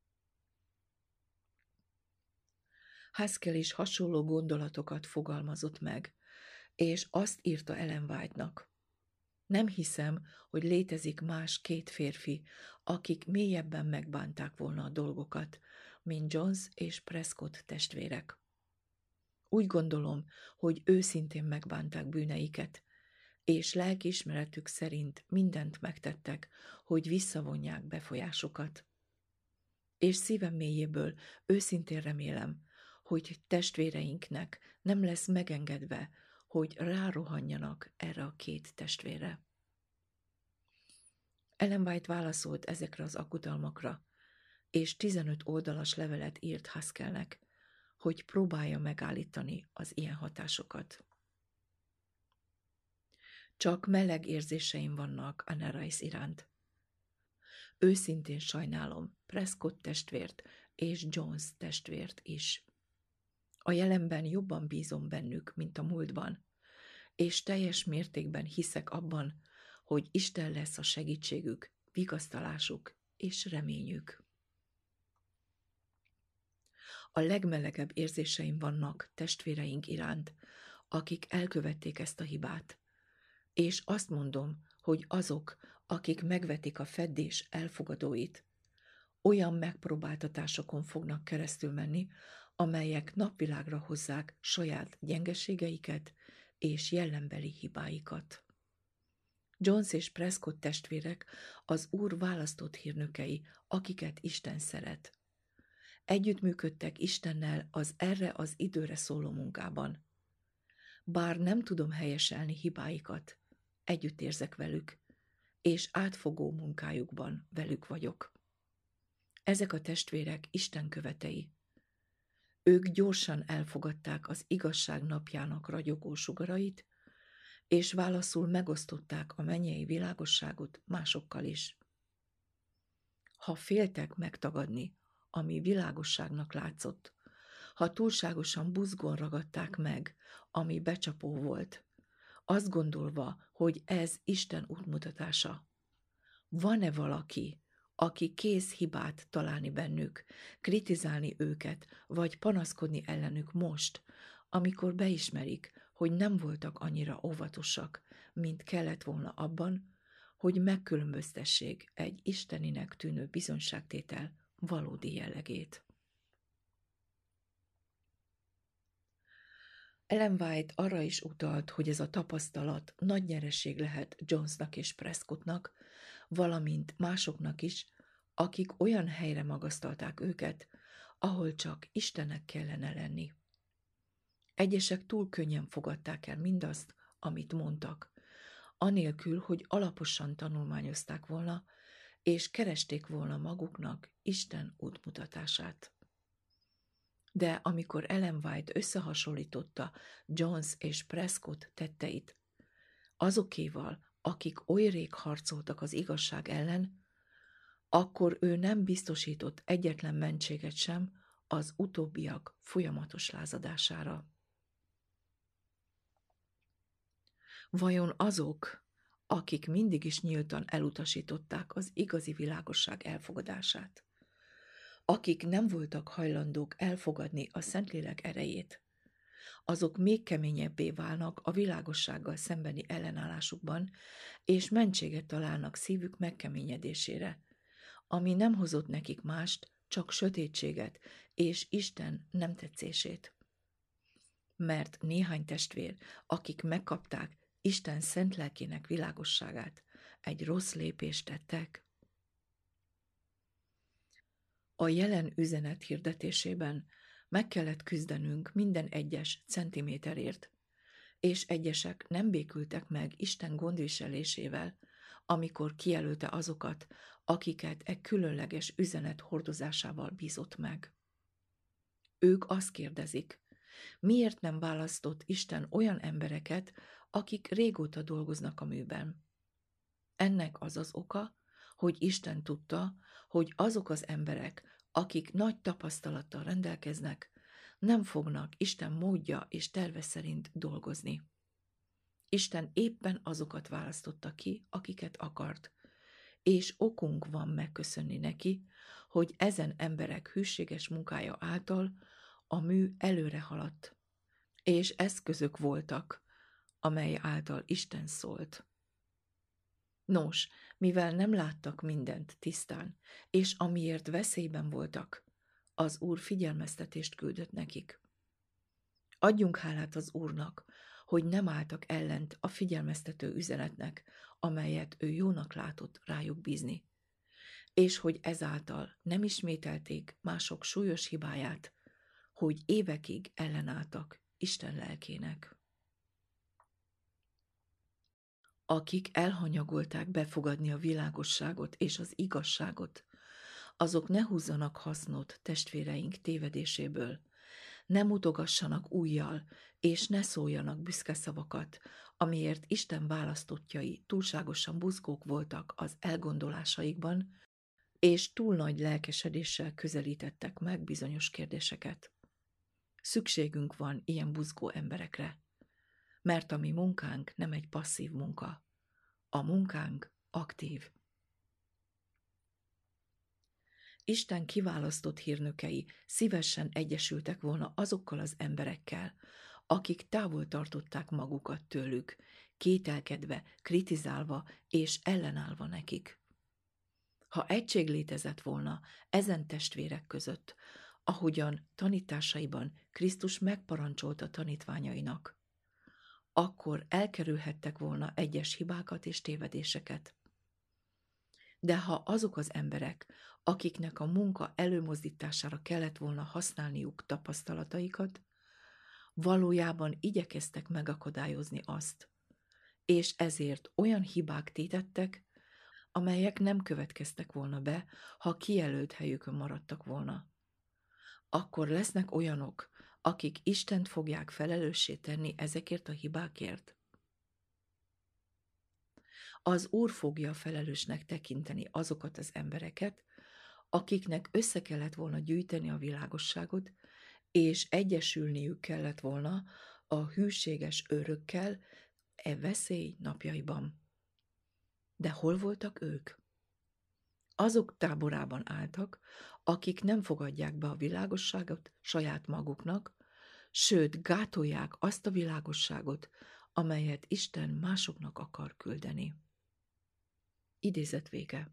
Haskell is hasonló gondolatokat fogalmazott meg, és azt írta Ellen White-nak. Nem hiszem, hogy létezik más két férfi, akik mélyebben megbánták volna a dolgokat, mint Jones és Prescott testvérek. Úgy gondolom, hogy őszintén megbánták bűneiket, és lelkiismeretük szerint mindent megtettek, hogy visszavonják befolyásukat. És szívem mélyéből őszintén remélem, hogy testvéreinknek nem lesz megengedve, hogy rárohanjanak erre a két testvére. Ellen White válaszolt ezekre az aggodalmakra, és tizenöt oldalas levelet írt Haskellnek, hogy próbálja megállítani az ilyen hatásokat. Csak meleg érzéseim vannak Anna Rice iránt. Őszintén sajnálom Prescott testvért és Jones testvért is. A jelenben jobban bízom bennük, mint a múltban, és teljes mértékben hiszek abban, hogy Isten lesz a segítségük, vigasztalásuk és reményük. A legmelegebb érzéseim vannak testvéreink iránt, akik elkövették ezt a hibát, és azt mondom, hogy azok, akik megvetik a feddés elfogadóit, olyan megpróbáltatásokon fognak keresztül menni, amelyek napvilágra hozzák saját gyengeségeiket és jellembeli hibáikat. Jones és Prescott testvérek az Úr választott hírnökei, akiket Isten szeret. Együttműködtek Istennel az erre az időre szóló munkában. Bár nem tudom helyeselni hibáikat, együtt érzek velük, és átfogó munkájukban velük vagyok. Ezek a testvérek Isten követei. Ők gyorsan elfogadták az igazság napjának ragyogó sugarait, és válaszul megosztották a mennyei világosságot másokkal is. Ha féltek megtagadni, ami világosságnak látszott, ha túlságosan buzgón ragadták meg, ami becsapó volt, azt gondolva, hogy ez Isten útmutatása. Van-e valaki, aki kész hibát találni bennük, kritizálni őket, vagy panaszkodni ellenük most, amikor beismerik, hogy nem voltak annyira óvatosak, mint kellett volna abban, hogy megkülönböztessék egy isteninek tűnő bizonyságtétel valódi jellegét. Ellen White arra is utalt, hogy ez a tapasztalat nagy nyereség lehet Jonesnak és Prescottnak, valamint másoknak is, akik olyan helyre magasztalták őket, ahol csak Istennek kellene lenni. Egyesek túl könnyen fogadták el mindazt, amit mondtak, anélkül, hogy alaposan tanulmányozták volna, és keresték volna maguknak Isten útmutatását. De amikor Ellen White összehasonlította Jones és Prescott tetteit azokéval, akik oly rég harcoltak az igazság ellen, akkor ő nem biztosított egyetlen mentséget sem az utóbbiak folyamatos lázadására. Vajon azok, akik mindig is nyíltan elutasították az igazi világosság elfogadását, akik nem voltak hajlandók elfogadni a Szentlélek erejét, azok még keményebbé válnak a világossággal szembeni ellenállásukban, és mentséget találnak szívük megkeményedésére, ami nem hozott nekik mást, csak sötétséget és Isten nem tetszését. mert néhány testvér, akik megkapták Isten szent lelkének világosságát, egy rossz lépést tettek? A jelen üzenet hirdetésében meg kellett küzdenünk minden egyes centiméterért, és egyesek nem békültek meg Isten gondviselésével, amikor kijelölte azokat, akiket e különleges üzenet hordozásával bízott meg. Ők azt kérdezik, miért nem választott Isten olyan embereket, akik régóta dolgoznak a műben? Ennek az az oka, hogy Isten tudta, hogy azok az emberek, akik nagy tapasztalattal rendelkeznek, nem fognak Isten módja és terve szerint dolgozni. Isten éppen azokat választotta ki, akiket akart, és okunk van megköszönni neki, hogy ezen emberek hűséges munkája által a mű előre haladt, és eszközök voltak, amely által Isten szólt. Nos, mivel nem láttak mindent tisztán, és amiért veszélyben voltak, az Úr figyelmeztetést küldött nekik. Adjunk hálát az Úrnak, hogy nem álltak ellent a figyelmeztető üzenetnek, amelyet ő jónak látott rájuk bízni, és hogy ezáltal nem ismételték mások súlyos hibáját, hogy évekig ellenálltak Isten lelkének. Akik elhanyagolták befogadni a világosságot és az igazságot, azok ne húzzanak hasznot testvéreink tévedéséből, ne mutogassanak ujjal, és ne szóljanak büszke szavakat, amiért Isten választottjai túlságosan buzgók voltak az elgondolásaikban, és túl nagy lelkesedéssel közelítettek meg bizonyos kérdéseket. Szükségünk van ilyen buzgó emberekre, mert a mi munkánk nem egy passzív munka. A munkánk aktív. Isten kiválasztott hírnökei szívesen egyesültek volna azokkal az emberekkel, akik távol tartották magukat tőlük, kételkedve, kritizálva és ellenállva nekik. Ha egység létezett volna ezen testvérek között, ahogyan tanításaiban Krisztus megparancsolta tanítványainak, akkor elkerülhettek volna egyes hibákat és tévedéseket. De ha azok az emberek, akiknek a munka előmozdítására kellett volna használniuk tapasztalataikat, valójában igyekeztek megakadályozni azt, és ezért olyan hibák tétettek, amelyek nem következtek volna be, ha kijelölt helyükön maradtak volna. Akkor lesznek olyanok, akik Istent fogják felelőssé tenni ezekért a hibákért. Az Úr fogja felelősnek tekinteni azokat az embereket, akiknek össze kellett volna gyűjteni a világosságot, és egyesülniük kellett volna a hűséges őrökkel e veszély napjaiban. De hol voltak ők? Azok táborában álltak, akik nem fogadják be a világosságot saját maguknak, sőt gátolják azt a világosságot, amelyet Isten másoknak akar küldeni. Idézet vége.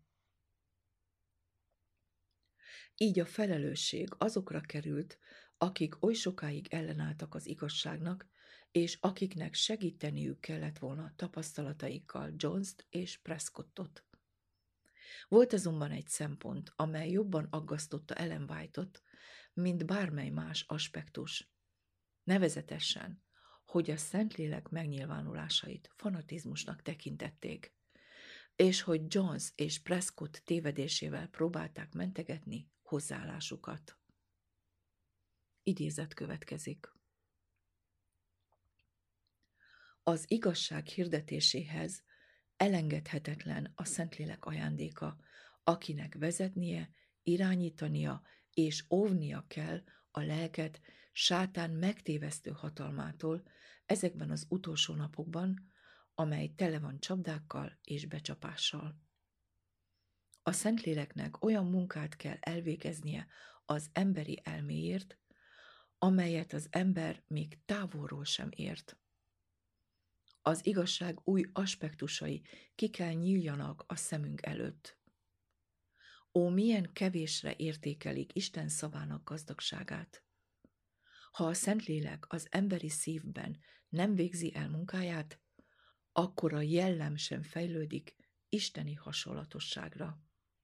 Így a felelősség azokra került, akik oly sokáig ellenálltak az igazságnak, és akiknek segíteniük kellett volna tapasztalataikkal Jonest és Prescottot. Volt azonban egy szempont, amely jobban aggasztotta Ellen White-ot, mint bármely más aspektus. Nevezetesen, hogy a Szentlélek megnyilvánulásait fanatizmusnak tekintették, és hogy Jones és Prescott tévedésével próbálták mentegetni hozzáállásukat. Idézet következik. Az igazság hirdetéséhez elengedhetetlen a Szentlélek ajándéka, akinek vezetnie, irányítania és óvnia kell a lelket sátán megtévesztő hatalmától ezekben az utolsó napokban, amely tele van csapdákkal és becsapással. A Szentléleknek olyan munkát kell elvégeznie az emberi elméért, amelyet az ember még távolról sem ért. Az igazság új aspektusai ki kell nyíljanak a szemünk előtt. Ó, milyen kevésre értékelik Isten szavának gazdagságát! Ha a Szentlélek az emberi szívben nem végzi el munkáját, akkor a jellem sem fejlődik isteni hasonlatosságra.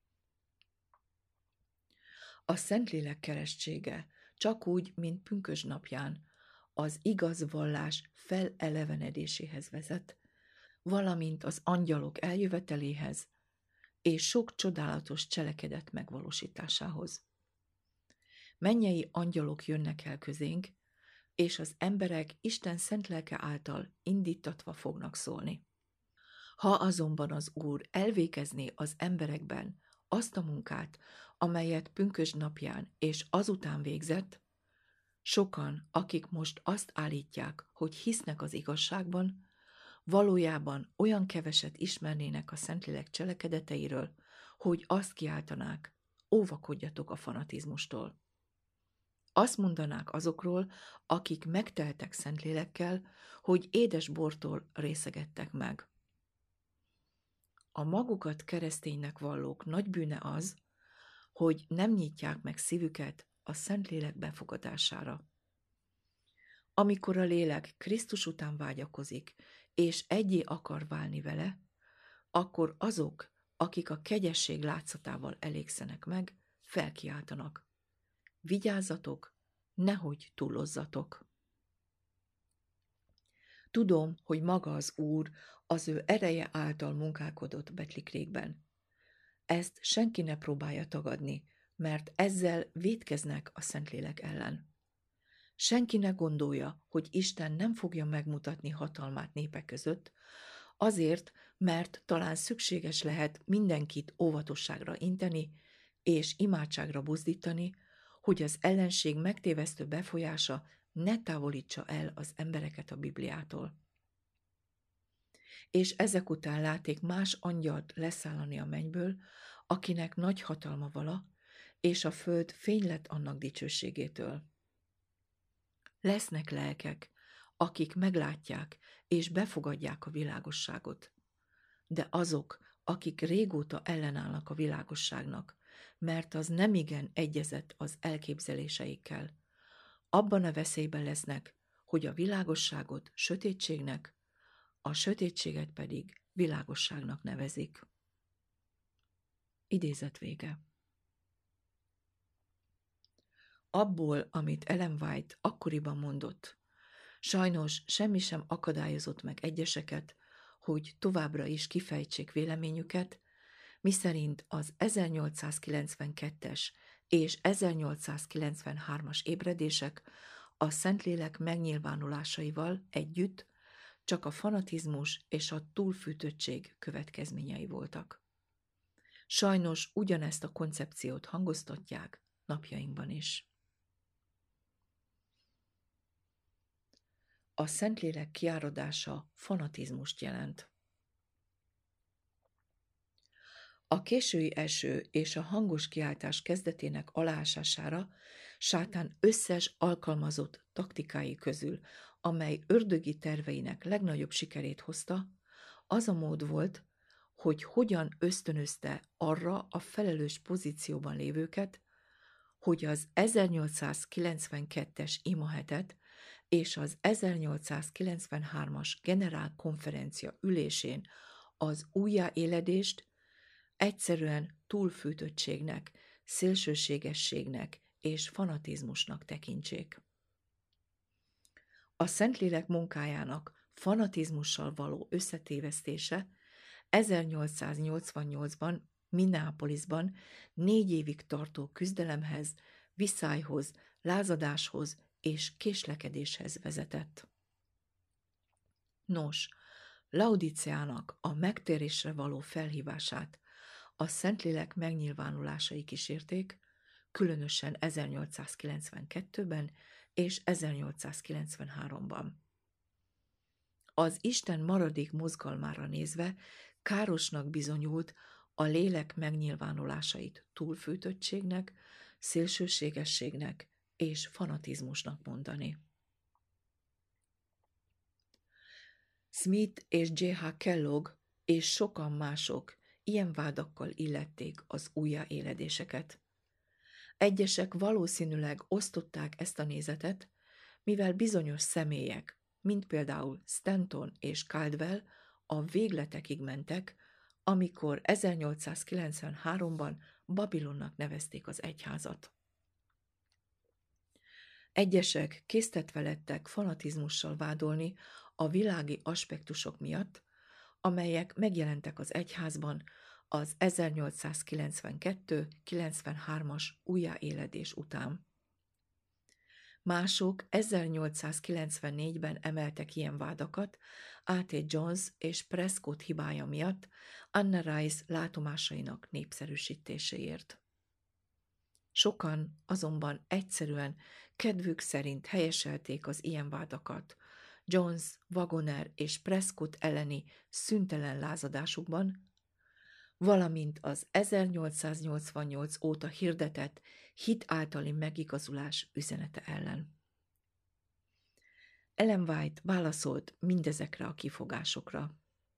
A Szentlélek keresztsége csak úgy, mint pünkösd napján, az igaz vallás felelevenedéséhez vezet, valamint az angyalok eljöveteléhez és sok csodálatos cselekedet megvalósításához. Mennyei angyalok jönnek el közénk, és az emberek Isten szent lelke által indítatva fognak szólni. Ha azonban az Úr elvégezné az emberekben azt a munkát, amelyet pünkösd napján és azután végzett, sokan, akik most azt állítják, hogy hisznek az igazságban, valójában olyan keveset ismernének a Szentlélek cselekedeteiről, hogy azt kiáltanák, óvakodjatok a fanatizmustól. Azt mondanák azokról, akik megteltek Szentlélekkel, hogy édes bortól részegettek meg. A magukat kereszténynek vallók nagy bűne az, hogy nem nyitják meg szívüket a Szentlélek befogadására. Amikor a lélek Krisztus után vágyakozik, és egyé akar válni vele, akkor azok, akik a kegyesség látszatával elégszenek meg, felkiáltanak. Vigyázzatok, nehogy túlozzatok. Tudom, hogy maga az Úr az ő ereje által munkálkodott Betlikrékben. Ezt senki ne próbálja tagadni, mert ezzel vétkeznek a Szentlélek ellen. Senki ne gondolja, hogy Isten nem fogja megmutatni hatalmát népek között, azért, mert talán szükséges lehet mindenkit óvatosságra inteni és imádságra buzdítani, hogy az ellenség megtévesztő befolyása ne távolítsa el az embereket a Bibliától. És ezek után láték más angyalt leszállani a mennyből, akinek nagy hatalma vala, és a föld fény lett annak dicsőségétől. Lesznek lelkek, akik meglátják és befogadják a világosságot. De azok, akik régóta ellenállnak a világosságnak, mert az nemigen egyezett az elképzeléseikkel, abban a veszélyben lesznek, hogy a világosságot sötétségnek, a sötétséget pedig világosságnak nevezik. Idézet vége. Abból, amit Ellen White akkoriban mondott, sajnos semmi sem akadályozott meg egyeseket, hogy továbbra is kifejtsék véleményüket, miszerint az ezernyolcszázkilencvenkettes és ezernyolcszázkilencvenhármas ébredések a Szentlélek megnyilvánulásaival együtt csak a fanatizmus és a túlfűtöttség következményei voltak. Sajnos ugyanezt a koncepciót hangoztatják napjainkban is. A Szentlélek kiáradása fanatizmust jelent. A késői eső és a hangos kiáltás kezdetének aláásására sátán összes alkalmazott taktikái közül, amely ördögi terveinek legnagyobb sikerét hozta, az a mód volt, hogy hogyan ösztönözte arra a felelős pozícióban lévőket, hogy az ezernyolcszázkilencvenkettes imahetet és az ezernyolcszázkilencvenhármas generálkonferencia ülésén az újjáéledést egyszerűen túlfűtöttségnek, szélsőségességnek és fanatizmusnak tekintsék. A Szentlélek munkájának fanatizmussal való összetévesztése ezernyolcszáznyolcvannyolcban Minneapolisban négy évig tartó küzdelemhez, viszályhoz, lázadáshoz és késlekedéshez vezetett. Nos, Laodiceának a megtérésre való felhívását a Szentlélek megnyilvánulásai kísérték, különösen ezernyolcszázkilencvenkettőben és ezernyolcszázkilencvenháromban. Az Isten maradék mozgalmára nézve károsnak bizonyult a lélek megnyilvánulásait túlfűtöttségnek, szélsőségességnek és fanatizmusnak mondani. Smith és J H Kellogg és sokan mások ilyen vádakkal illették az újjáéledéseket. Egyesek valószínűleg osztották ezt a nézetet, mivel bizonyos személyek, mint például Stanton és Caldwell a végletekig mentek, amikor ezernyolcszázkilencvenháromban Babilonnak nevezték az egyházat. Egyesek késztetve lettek fanatizmussal vádolni a világi aspektusok miatt, amelyek megjelentek az egyházban az ezernyolcszázkilencvenkettő-kilencvenhármas újjáéledés után. Mások ezernyolcszázkilencvennégyben emeltek ilyen vádakat á té Jones és Prescott hibája miatt Anna Rice látomásainak népszerűsítéséért. Sokan azonban egyszerűen kedvük szerint helyeselték az ilyen vádakat Jones, Wagoner és Prescott elleni szüntelen lázadásukban, valamint az ezernyolcszáznyolcvannyolc óta hirdetett hit általi megigazulás üzenete ellen. Ellen White válaszolt mindezekre a kifogásokra.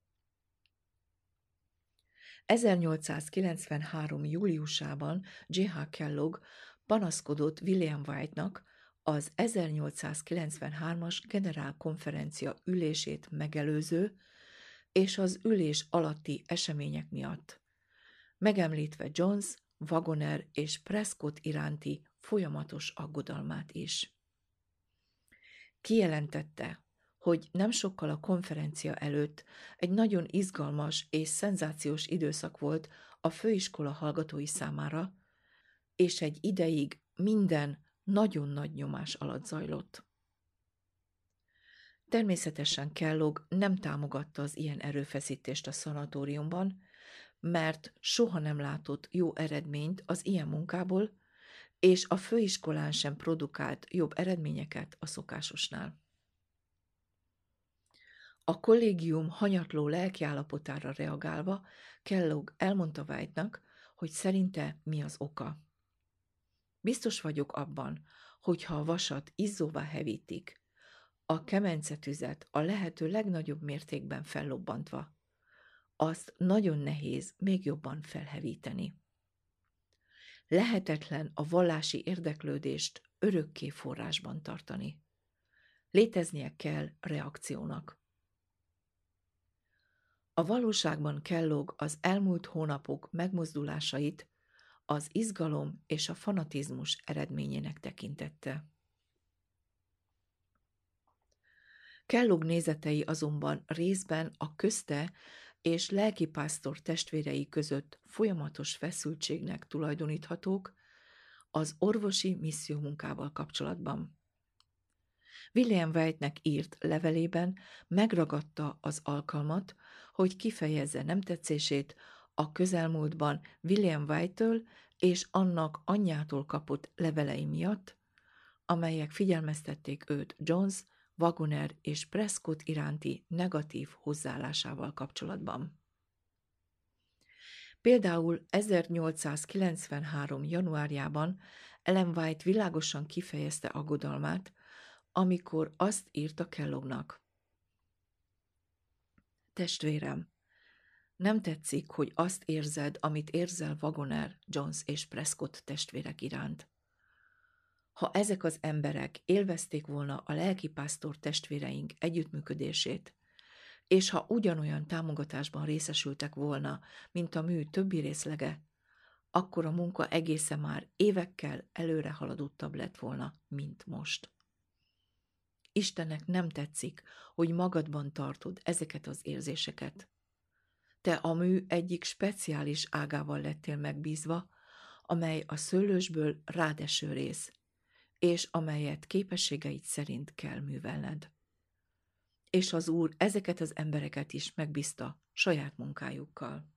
ezernyolcszázkilencvenhárom. júliusában J H Kellogg panaszkodott William White-nak az ezernyolcszázkilencvenhármas generálkonferencia ülését megelőző és az ülés alatti események miatt, megemlítve Jones, Wagoner és Prescott iránti folyamatos aggodalmát is. Kijelentette, hogy nem sokkal a konferencia előtt egy nagyon izgalmas és szenzációs időszak volt a főiskola hallgatói számára, és egy ideig minden nagyon nagy nyomás alatt zajlott. Természetesen Kellogg nem támogatta az ilyen erőfeszítést a szanatóriumban, mert soha nem látott jó eredményt az ilyen munkából, és a főiskolán sem produkált jobb eredményeket a szokásosnál. A kollégium hanyatló lelkiállapotára reagálva Kellogg elmondta White-nak, hogy szerinte mi az oka. Biztos vagyok abban, hogy ha a vasat izzóvá hevítik, a kemencetüzet a lehető legnagyobb mértékben fellobbantva, azt nagyon nehéz még jobban felhevíteni. Lehetetlen a vallási érdeklődést örökké forrásban tartani. Léteznie kell reakciónak. A valóságban Kellogg az elmúlt hónapok megmozdulásait az izgalom és a fanatizmus eredményének tekintette. Kellogg nézetei azonban részben a közte és lelkipásztor testvérei között folyamatos feszültségnek tulajdoníthatók az orvosi missziómunkával kapcsolatban. William White-nek írt levelében megragadta az alkalmat, hogy kifejezze nem tetszését a közelmúltban William White-től és annak anyjától kapott levelei miatt, amelyek figyelmeztették őt Jones, Wagoner és Prescott iránti negatív hozzáállásával kapcsolatban. Például ezernyolcszázkilencvenhárom. januárjában Ellen White világosan kifejezte aggodalmát, amikor azt írta Kelloggnak: Testvérem, nem tetszik, hogy azt érzed, amit érzel Wagoner, Jones és Prescott testvérek iránt. Ha ezek az emberek élvezték volna a lelkipásztor testvéreink együttműködését, és ha ugyanolyan támogatásban részesültek volna, mint a mű többi részlege, akkor a munka egészen már évekkel előre haladottabb lett volna, mint most. Istennek nem tetszik, hogy magadban tartod ezeket az érzéseket. Te a mű egyik speciális ágával lettél megbízva, amely a szőlősből rád eső rész, és amelyet képességeid szerint kell művelned. És az Úr ezeket az embereket is megbízta saját munkájukkal.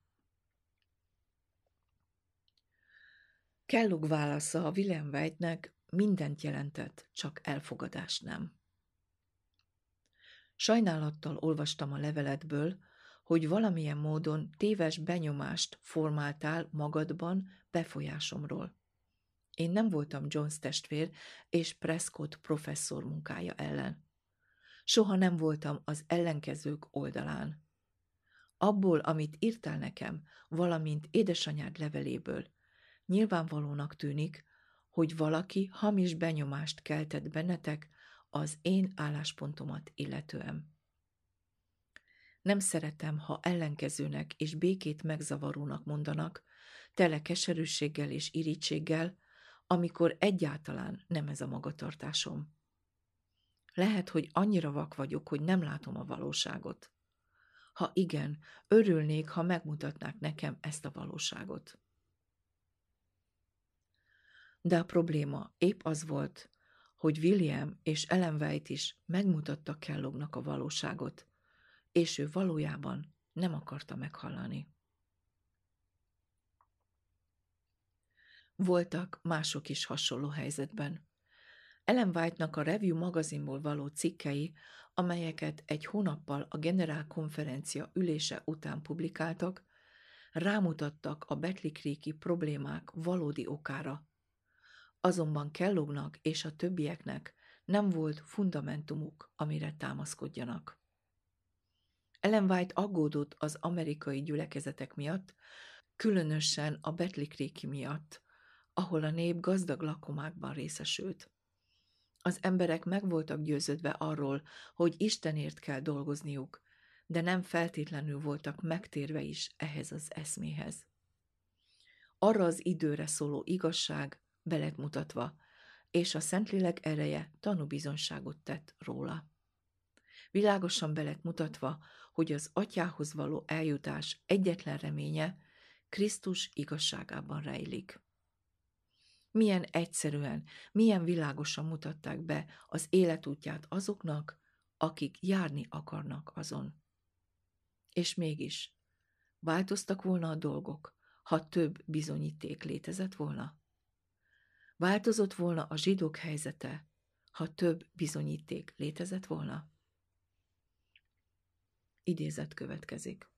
Kellogg válasza a William White-nek mindent jelentett, csak elfogadást nem. Sajnálattal olvastam a leveledből, hogy valamilyen módon téves benyomást formáltál magadban befolyásomról. Én nem voltam Jones testvér és Prescott professzor munkája ellen. Soha nem voltam az ellenkezők oldalán. Abból, amit írtál nekem, valamint édesanyád leveléből, nyilvánvalónak tűnik, hogy valaki hamis benyomást keltett bennetek az én álláspontomat illetően. Nem szeretem, ha ellenkezőnek és békét megzavarónak mondanak, tele keserűséggel és irítséggel, amikor egyáltalán nem ez a magatartásom. Lehet, hogy annyira vak vagyok, hogy nem látom a valóságot. Ha igen, örülnék, ha megmutatnák nekem ezt a valóságot. De a probléma épp az volt, hogy William és Ellen White is megmutatta Kelloggnak a valóságot, és ő valójában nem akarta meghallani. Voltak mások is hasonló helyzetben. Ellen White-nak a Review magazinból való cikkei, amelyeket egy hónappal a generálkonferencia ülése után publikáltak, rámutattak a Battle Creek-i problémák valódi okára. Azonban Kelloggnak és a többieknek nem volt fundamentumuk, amire támaszkodjanak. Ellen White aggódott az amerikai gyülekezetek miatt, különösen a Battle Creek miatt, ahol a nép gazdag lakomákban részesült. Az emberek meg voltak győződve arról, hogy Istenért kell dolgozniuk, de nem feltétlenül voltak megtérve is ehhez az eszméhez. Arra az időre szóló igazság be lett mutatva, és a Szentlélek ereje tanúbizonyságot tett róla. Világosan be lett mutatva, hogy az Atyához való eljutás egyetlen reménye Krisztus igazságában rejlik. Milyen egyszerűen, milyen világosan mutatták be az életútját azoknak, akik járni akarnak azon. És mégis, változtak volna a dolgok, ha több bizonyíték létezett volna? Változott volna a zsidók helyzete, ha több bizonyíték létezett volna? Idézet következik.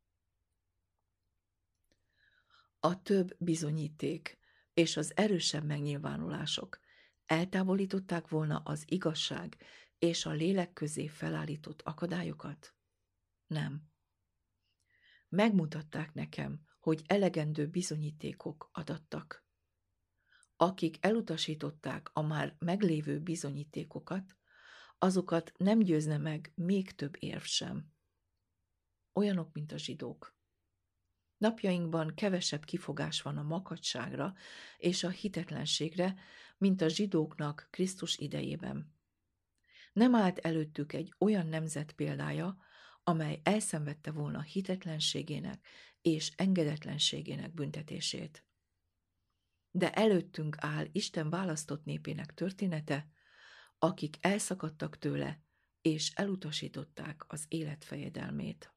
A több bizonyíték és az erősebb megnyilvánulások eltávolították volna az igazság és a lélek közé felállított akadályokat? Nem. Megmutatták nekem, hogy elegendő bizonyítékok adattak. Akik elutasították a már meglévő bizonyítékokat, azokat nem győzne meg még több érv sem. Olyanok, mint a zsidók. Napjainkban kevesebb kifogás van a makacságra és a hitetlenségre, mint a zsidóknak Krisztus idejében. Nem állt előttük egy olyan nemzet példája, amely elszenvedte volna hitetlenségének és engedetlenségének büntetését. De előttünk áll Isten választott népének története, akik elszakadtak tőle, és elutasították az élet fejedelmét.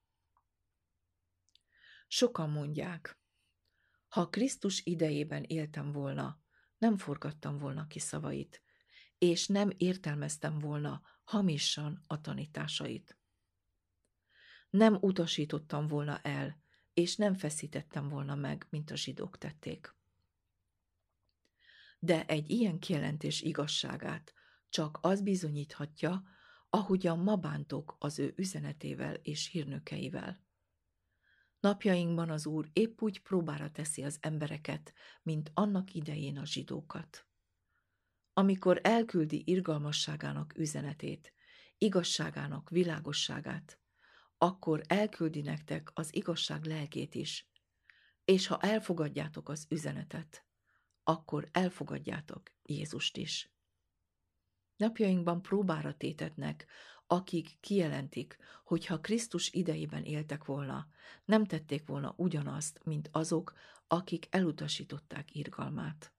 Sokan mondják, ha Krisztus idejében éltem volna, nem forgattam volna ki szavait, és nem értelmeztem volna hamisan a tanításait. Nem utasítottam volna el, és nem feszítettem volna meg, mint a zsidók tették. De egy ilyen kijelentés igazságát csak az bizonyíthatja, ahogyan ma bántok az ő üzenetével és hírnökeivel. Napjainkban az Úr épp úgy próbára teszi az embereket, mint annak idején a zsidókat. Amikor elküldi irgalmasságának üzenetét, igazságának világosságát, akkor elküldi nektek az igazság lelkét is, és ha elfogadjátok az üzenetet, akkor elfogadjátok Jézust is. Napjainkban próbára tétetnek, akik kijelentik, hogy ha Krisztus idejében éltek volna, nem tették volna ugyanazt, mint azok, akik elutasították irgalmát.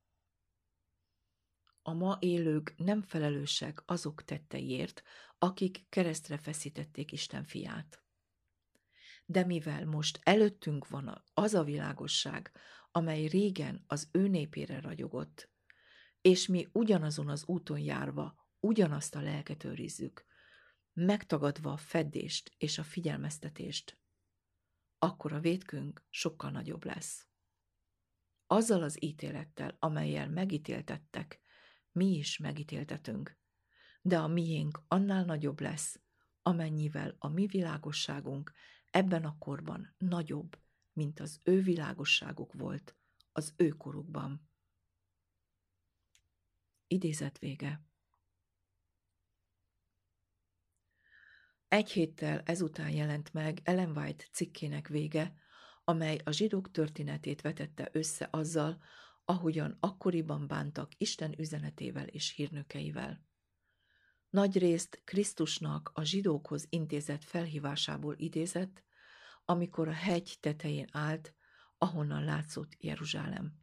A ma élők nem felelősek azok tetteiért, akik keresztre feszítették Isten fiát. De mivel most előttünk van az a világosság, amely régen az ő népére ragyogott, és mi ugyanazon az úton járva ugyanazt a lelket őrizzük, megtagadva a feddést és a figyelmeztetést, akkor a vétkünk sokkal nagyobb lesz. Azzal az ítélettel, amellyel megítéltettek, mi is megítéltetünk, de a miénk annál nagyobb lesz, amennyivel a mi világosságunk ebben a korban nagyobb, mint az ő világosságuk volt az ő korukban. Idézet vége. Egy héttel ezután jelent meg Ellen White cikkének vége, amely a zsidók történetét vetette össze azzal, ahogyan akkoriban bántak Isten üzenetével és hírnökeivel. Nagyrészt Krisztusnak a zsidókhoz intézett felhívásából idézett, amikor a hegy tetején állt, ahonnan látszott Jeruzsálem.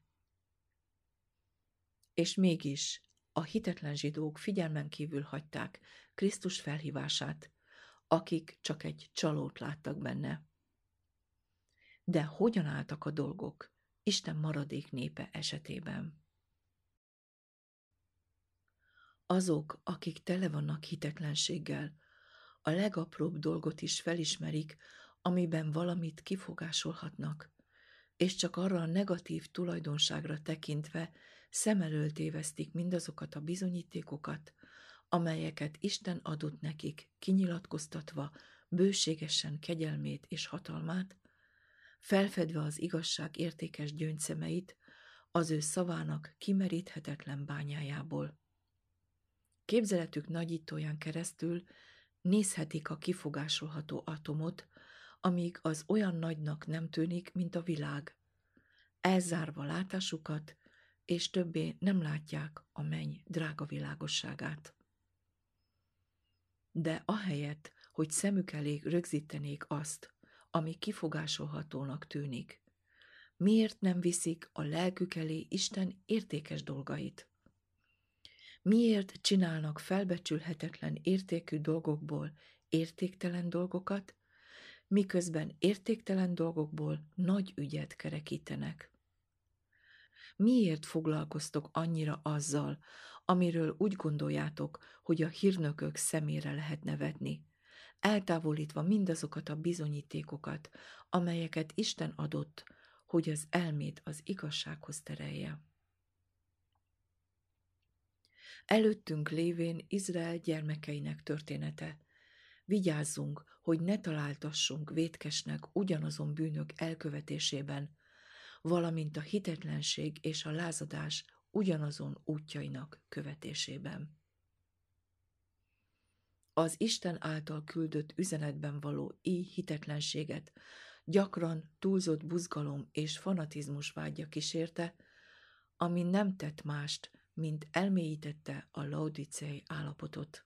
És mégis a hitetlen zsidók figyelmen kívül hagyták Krisztus felhívását, akik csak egy csalót láttak benne. De hogyan álltak a dolgok Isten maradék népe esetében? Azok, akik tele vannak hitetlenséggel, a legapróbb dolgot is felismerik, amiben valamit kifogásolhatnak, és csak arra a negatív tulajdonságra tekintve szem elől tévesztik mindazokat a bizonyítékokat, amelyeket Isten adott nekik, kinyilatkoztatva bőségesen kegyelmét és hatalmát, felfedve az igazság értékes gyöngyszemeit az ő szavának kimeríthetetlen bányájából. Képzeletük nagyítóján keresztül nézhetik a kifogásolható atomot, amíg az olyan nagynak nem tűnik, mint a világ. Elzárva látásukat, és többé nem látják a menny drága világosságát. De ahelyett, hogy szemük elé rögzítenék azt, ami kifogásolhatónak tűnik, miért nem viszik a lelkük elé Isten értékes dolgait? Miért csinálnak felbecsülhetetlen értékű dolgokból értéktelen dolgokat, miközben értéktelen dolgokból nagy ügyet kerekítenek? Miért foglalkoztok annyira azzal, amiről úgy gondoljátok, hogy a hírnökök szemére lehet nevetni, eltávolítva mindazokat a bizonyítékokat, amelyeket Isten adott, hogy az elmét az igazsághoz terelje? Előttünk lévén Izrael gyermekeinek története. Vigyázzunk, hogy ne találtassunk vétkesnek ugyanazon bűnök elkövetésében, valamint a hitetlenség és a lázadás ugyanazon útjainak követésében. Az Isten által küldött üzenetben való íj hitetlenséget gyakran túlzott buzgalom és fanatizmus vágya kísérte, ami nem tett mást, mint elmélyítette a laodicei állapotot.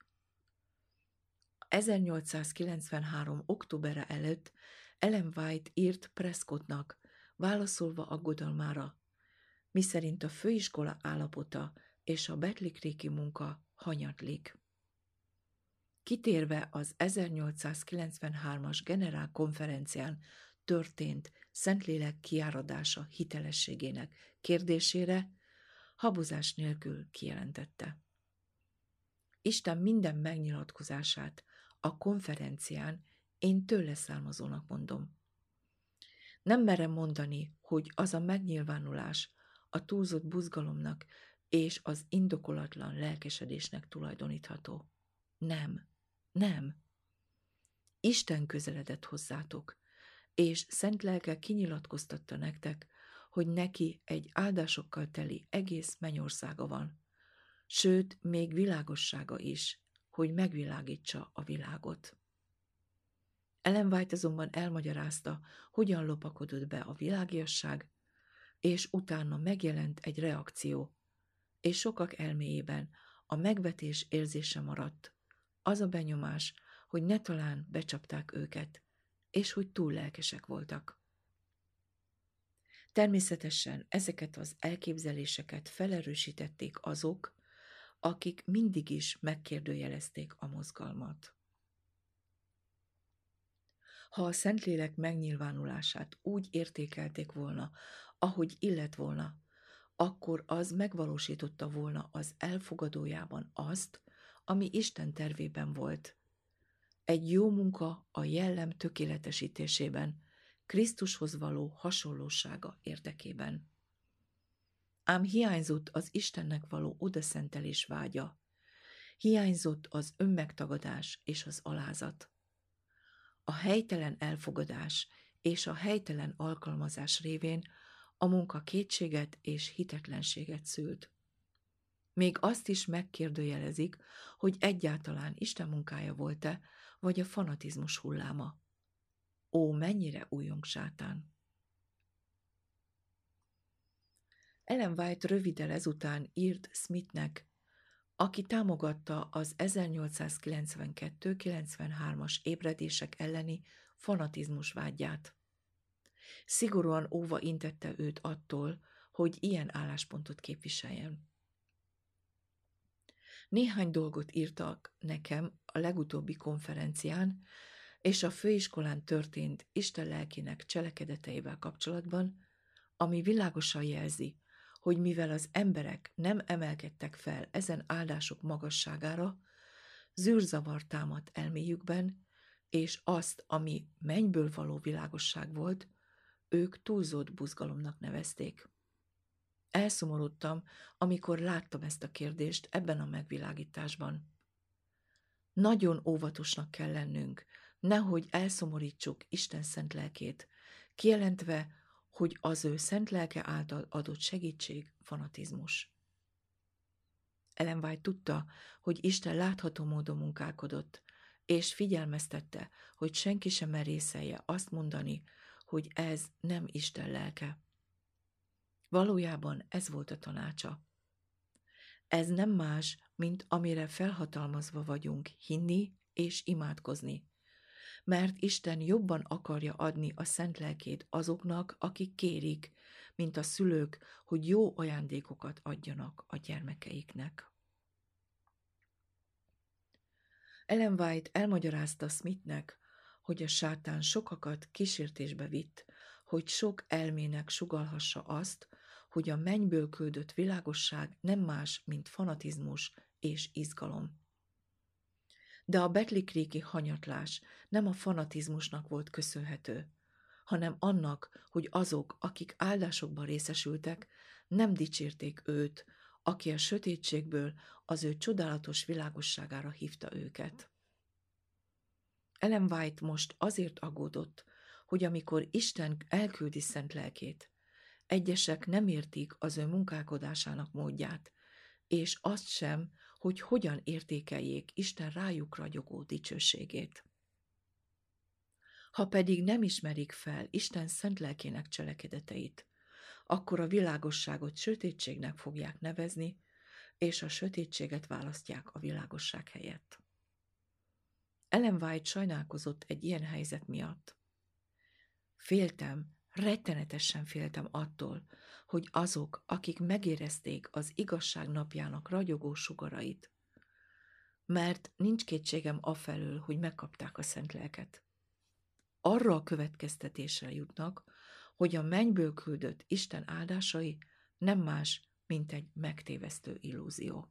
ezernyolcszázkilencvenhárom. októbere előtt Ellen White írt Prescottnak, válaszolva aggodalmára, miszerint a főiskola állapota és a Battle Creek-i munka hanyatlik. Kitérve az ezernyolcszázkilencvenhármas generálkonferencián történt Szentlélek kiáradása hitelességének kérdésére, habozás nélkül kijelentette: Isten minden megnyilatkozását a konferencián én tőle származónak mondom. Nem merem mondani, hogy az a megnyilvánulás a túlzott buzgalomnak és az indokolatlan lelkesedésnek tulajdonítható. Nem, nem. Isten közeledett hozzátok, és szent lelke kinyilatkoztatta nektek, hogy neki egy áldásokkal teli egész mennyországa van, sőt, még világossága is, hogy megvilágítsa a világot. Ellen White azonban elmagyarázta, hogyan lopakodott be a világiasság, és utána megjelent egy reakció, és sokak elméjében a megvetés érzése maradt, az a benyomás, hogy netalán becsapták őket, és hogy túl lelkesek voltak. Természetesen ezeket az elképzeléseket felerősítették azok, akik mindig is megkérdőjelezték a mozgalmat. Ha a Szentlélek megnyilvánulását úgy értékelték volna, ahogy illett volna, akkor az megvalósította volna az elfogadójában azt, ami Isten tervében volt. Egy jó munka a jellem tökéletesítésében, Krisztushoz való hasonlósága érdekében. Ám hiányzott az Istennek való odaszentelés vágya, hiányzott az önmegtagadás és az alázat. A helytelen elfogadás és a helytelen alkalmazás révén a munka kétséget és hitetlenséget szült. Még azt is megkérdőjelezik, hogy egyáltalán Isten munkája volt-e, vagy a fanatizmus hulláma. Ó, mennyire újong sátán! Ellen White röviddel ezután írt Smithnek, aki támogatta az ezernyolcszázkilencvenkettő-kilencvenhármas ébredések elleni fanatizmus vágyát. Szigorúan óva intette őt attól, hogy ilyen álláspontot képviseljen. Néhány dolgot írtak nekem a legutóbbi konferencián és a főiskolán történt Isten lelkének cselekedeteivel kapcsolatban, ami világosan jelzi, hogy mivel az emberek nem emelkedtek fel ezen áldások magasságára, zűrzavar támadt elméjükben, és azt, ami mennyből való világosság volt, ők túlzott buzgalomnak nevezték. Elszomorodtam, amikor láttam ezt a kérdést ebben a megvilágításban. Nagyon óvatosnak kell lennünk, nehogy elszomorítsuk Isten szent lelkét, kijelentve, hogy az ő szent lelke által adott segítség fanatizmus. Ellen White tudta, hogy Isten látható módon munkálkodott, és figyelmeztette, hogy senki sem merészelje azt mondani, hogy ez nem Isten lelke. Valójában ez volt a tanácsa. Ez nem más, mint amire felhatalmazva vagyunk hinni és imádkozni, mert Isten jobban akarja adni a szent lelkét azoknak, akik kérik, mint a szülők, hogy jó ajándékokat adjanak a gyermekeiknek. Ellen White elmagyarázta Smithnek, hogy a sátán sokakat kísértésbe vitt, hogy sok elmének sugallhassa azt, hogy a mennyből küldött világosság nem más, mint fanatizmus és izgalom. De a Battle Creek-i hanyatlás nem a fanatizmusnak volt köszönhető, hanem annak, hogy azok, akik áldásokban részesültek, nem dicsérték őt, aki a sötétségből az ő csodálatos világosságára hívta őket. Ellen White most azért aggódott, hogy amikor Isten elküldi szent lelkét, egyesek nem értik az ő munkálkodásának módját, és azt sem, hogy hogyan értékeljék Isten rájuk ragyogó dicsőségét. Ha pedig nem ismerik fel Isten szent lelkének cselekedeteit, akkor a világosságot sötétségnek fogják nevezni, és a sötétséget választják a világosság helyett. Ellen White sajnálkozott egy ilyen helyzet miatt. Féltem, rettenetesen féltem attól, hogy azok, akik megérezték az igazság napjának ragyogó sugarait, mert nincs kétségem afelől, hogy megkapták a szent lelket, arra a következtetésre jutnak, hogy a mennyből küldött Isten áldásai nem más, mint egy megtévesztő illúzió.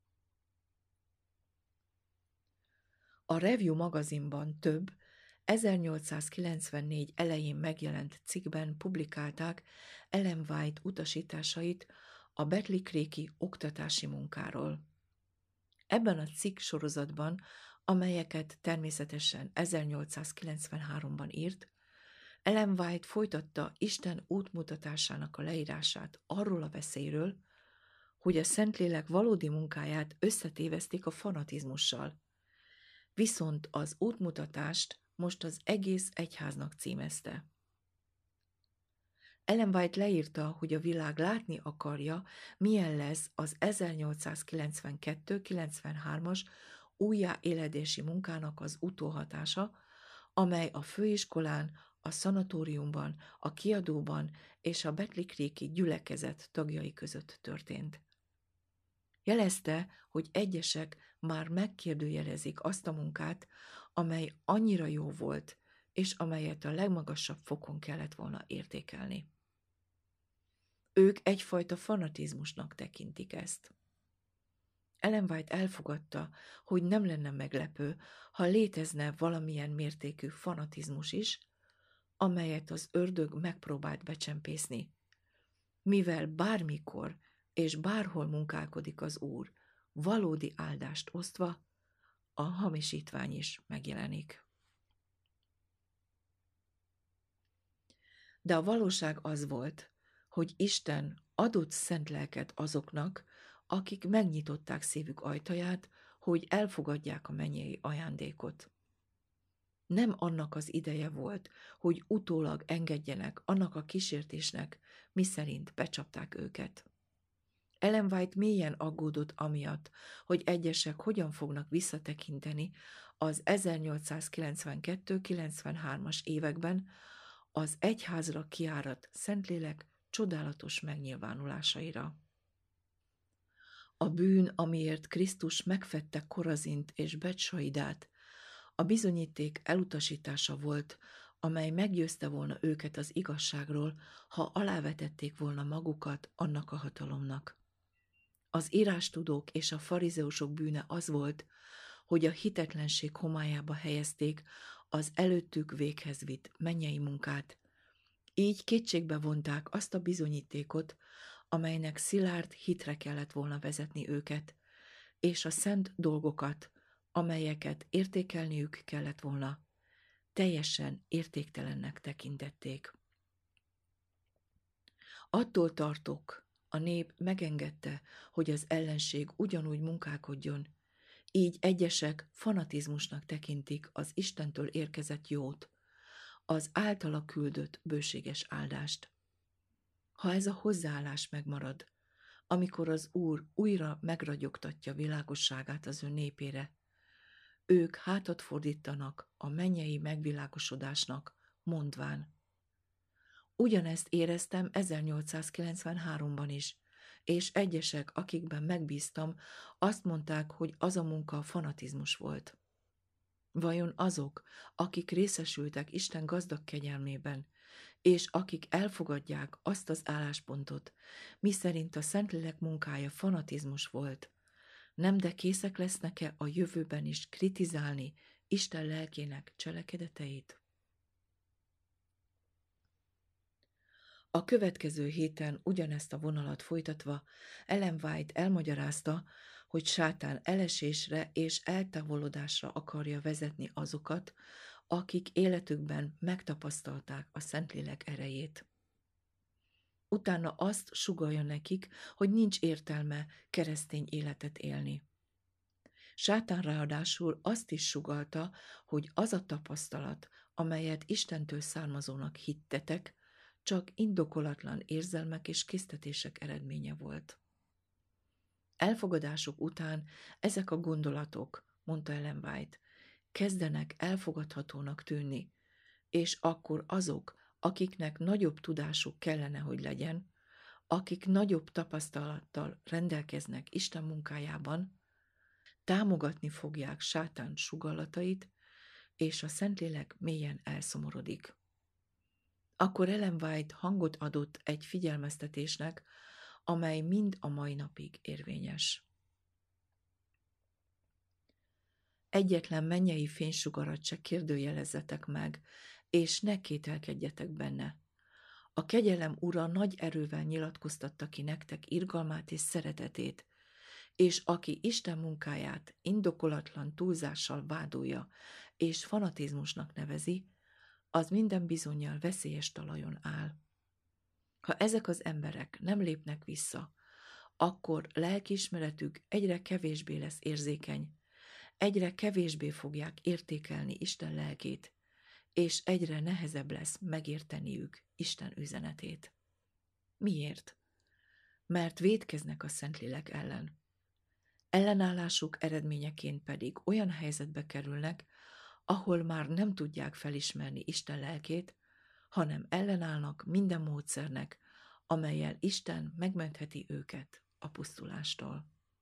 A Review magazinban több ezernyolcszázkilencvennégy elején megjelent cikkben publikálták Ellen White utasításait a Battle Creek-i oktatási munkáról. Ebben a cikk sorozatban, amelyeket természetesen ezernyolcszázkilencvenháromban írt, Ellen White folytatta Isten útmutatásának a leírását arról a veszélyről, hogy a Szentlélek valódi munkáját összetévesztik a fanatizmussal. Viszont az útmutatást most az egész egyháznak címezte. Ellen White leírta, hogy a világ látni akarja, milyen lesz az ezernyolcszázkilencvenkettő-kilencvenhármas újjáéledési munkának az utóhatása, amely a főiskolán, a szanatóriumban, a kiadóban és a Battle Creek-i gyülekezet tagjai között történt. Jelezte, hogy egyesek már megkérdőjelezik azt a munkát, amely annyira jó volt, és amelyet a legmagasabb fokon kellett volna értékelni. Ők egyfajta fanatizmusnak tekintik ezt. Ellen White elfogadta, hogy nem lenne meglepő, ha létezne valamilyen mértékű fanatizmus is, amelyet az ördög megpróbált becsempészni, mivel bármikor és bárhol munkálkodik az Úr, valódi áldást osztva, a hamisítvány is megjelenik. De a valóság az volt, hogy Isten adott szent lelket azoknak, akik megnyitották szívük ajtaját, hogy elfogadják a mennyei ajándékot. Nem annak az ideje volt, hogy utólag engedjenek annak a kísértésnek, miszerint becsapták őket. Ellen White mélyen aggódott amiatt, hogy egyesek hogyan fognak visszatekinteni az ezernyolcszázkilencvenkettő-kilencvenhármas években az egyházra kiáradt Szentlélek csodálatos megnyilvánulásaira. A bűn, amiért Krisztus megfedte Korazint és Betsaidát, a bizonyíték elutasítása volt, amely meggyőzte volna őket az igazságról, ha alávetették volna magukat annak a hatalomnak. Az írástudók és a farizeusok bűne az volt, hogy a hitetlenség homályába helyezték az előttük véghez vitt mennyei munkát. Így kétségbe vonták azt a bizonyítékot, amelynek szilárd hitre kellett volna vezetni őket, és a szent dolgokat, amelyeket értékelniük kellett volna, teljesen értéktelennek tekintették. Attól tartok, a nép megengedte, hogy az ellenség ugyanúgy munkálkodjon, így egyesek fanatizmusnak tekintik az Istentől érkezett jót, az általa küldött bőséges áldást. Ha ez a hozzáállás megmarad, amikor az Úr újra megragyogtatja világosságát az ő népére, ők hátat fordítanak a mennyei megvilágosodásnak, mondván: ugyanezt éreztem ezernyolcszázkilencvenháromban is, és egyesek, akikben megbíztam, azt mondták, hogy az a munka fanatizmus volt. Vajon azok, akik részesültek Isten gazdag kegyelmében, és akik elfogadják azt az álláspontot, miszerint a Szentlélek munkája fanatizmus volt, nem de készek lesznek-e a jövőben is kritizálni Isten lelkének cselekedeteit? A következő héten ugyanezt a vonalat folytatva Ellen White elmagyarázta, hogy sátán elesésre és eltávolodásra akarja vezetni azokat, akik életükben megtapasztalták a Szentlélek erejét. Utána azt sugallja nekik, hogy nincs értelme keresztény életet élni. Sátán ráadásul azt is sugallta, hogy az a tapasztalat, amelyet Istentől származónak hittetek, csak indokolatlan érzelmek és késztetések eredménye volt. Elfogadásuk után ezek a gondolatok, mondta Ellen White, kezdenek elfogadhatónak tűnni, és akkor azok, akiknek nagyobb tudásuk kellene, hogy legyen, akik nagyobb tapasztalattal rendelkeznek Isten munkájában, támogatni fogják sátán sugallatait, és a Szentlélek mélyen elszomorodik. Akkor Ellen White hangot adott egy figyelmeztetésnek, amely mind a mai napig érvényes. Egyetlen mennyei fénysugarat se kérdőjelezzetek meg, és ne kételkedjetek benne. A kegyelem ura nagy erővel nyilatkoztatta ki nektek irgalmát és szeretetét, és aki Isten munkáját indokolatlan túlzással vádolja és fanatizmusnak nevezi, az minden bizonnyal veszélyes talajon áll. Ha ezek az emberek nem lépnek vissza, akkor lelkiismeretük egyre kevésbé lesz érzékeny, egyre kevésbé fogják értékelni Isten lelkét, és egyre nehezebb lesz megérteniük Isten üzenetét. Miért? Mert vétkeznek a Szentlélek ellen. Ellenállásuk eredményeként pedig olyan helyzetbe kerülnek, ahol már nem tudják felismerni Isten lelkét, hanem ellenállnak minden módszernek, amellyel Isten megmentheti őket a pusztulástól.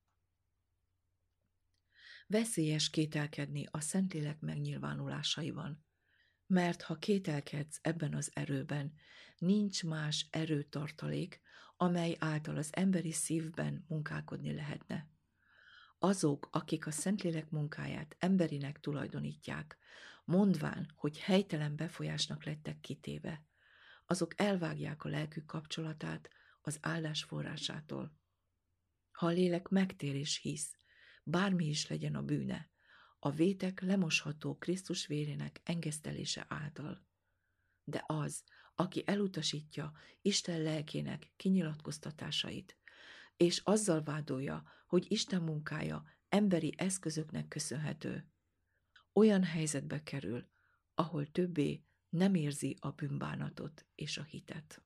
Veszélyes kételkedni a Szentlélek megnyilvánulásaiban, mert ha kételkedsz ebben az erőben, nincs más erőtartalék, amely által az emberi szívben munkálkodni lehetne. Azok, akik a Szentlélek munkáját emberinek tulajdonítják, mondván, hogy helytelen befolyásnak lettek kitéve, azok elvágják a lelkük kapcsolatát az áldás forrásától. Ha a lélek megtér és hisz, bármi is legyen a bűne, a vétek lemosható Krisztus vérének engesztelése által. De az, aki elutasítja Isten lelkének kinyilatkoztatásait, és azzal vádolja, hogy Isten munkája emberi eszközöknek köszönhető. Olyan helyzetbe kerül, ahol többé nem érzi a bűnbánatot és a hitet.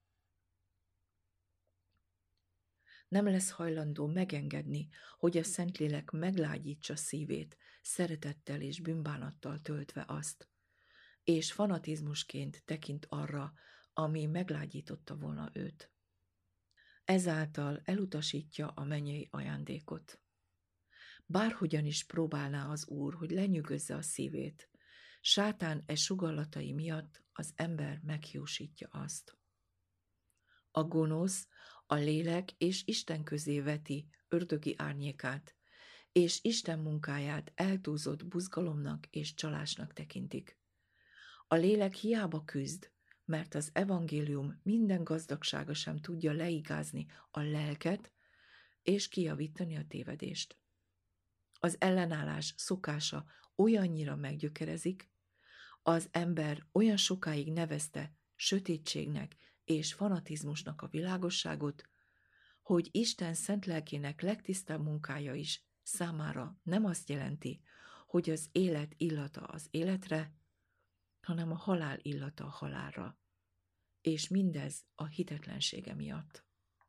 Nem lesz hajlandó megengedni, hogy a Szentlélek meglágyítsa szívét, szeretettel és bűnbánattal töltve azt, és fanatizmusként tekint arra, ami meglágyította volna őt. Ezáltal elutasítja a mennyei ajándékot. Bárhogyan is próbálná az Úr, hogy lenyűgözze a szívét, sátán e sugallatai miatt az ember meghiúsítja azt. A gonosz a lélek és Isten közé veti ördögi árnyékát, és Isten munkáját eltúlzott buzgalomnak és csalásnak tekintik. A lélek hiába küzd, mert az evangélium minden gazdagsága sem tudja leigázni a lelket és kijavítani a tévedést. Az ellenállás szokása olyannyira meggyökerezik, az ember olyan sokáig nevezte sötétségnek és fanatizmusnak a világosságot, hogy Isten szent lelkének legtisztább munkája is számára nem azt jelenti, hogy az élet illata az életre, hanem a halál illata a halálra, és mindez a hitetlensége miatt.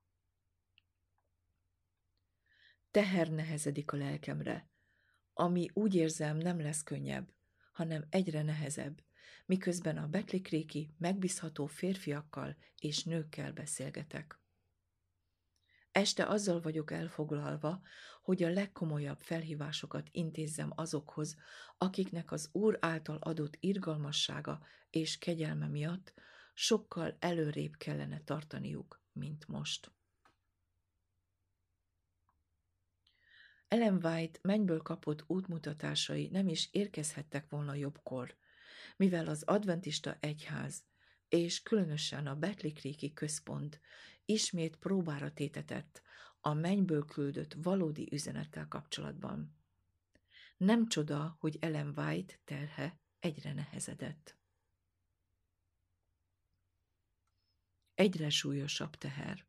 Teher nehezedik a lelkemre, ami úgy érzem nem lesz könnyebb, hanem egyre nehezebb, miközben a betlikréki, megbízható férfiakkal és nőkkel beszélgetek. Este azzal vagyok elfoglalva, hogy a legkomolyabb felhívásokat intézzem azokhoz, akiknek az Úr által adott irgalmassága és kegyelme miatt sokkal előrébb kellene tartaniuk, mint most. Ellen White mennyből kapott útmutatásai nem is érkezhettek volna jobbkor, mivel az adventista egyház, és különösen a Betlikréki központ ismét próbára tétetett a mennyből küldött valódi üzenettel kapcsolatban. Nem csoda, hogy Ellen White terhe egyre nehezedett. Egyre súlyosabb teher.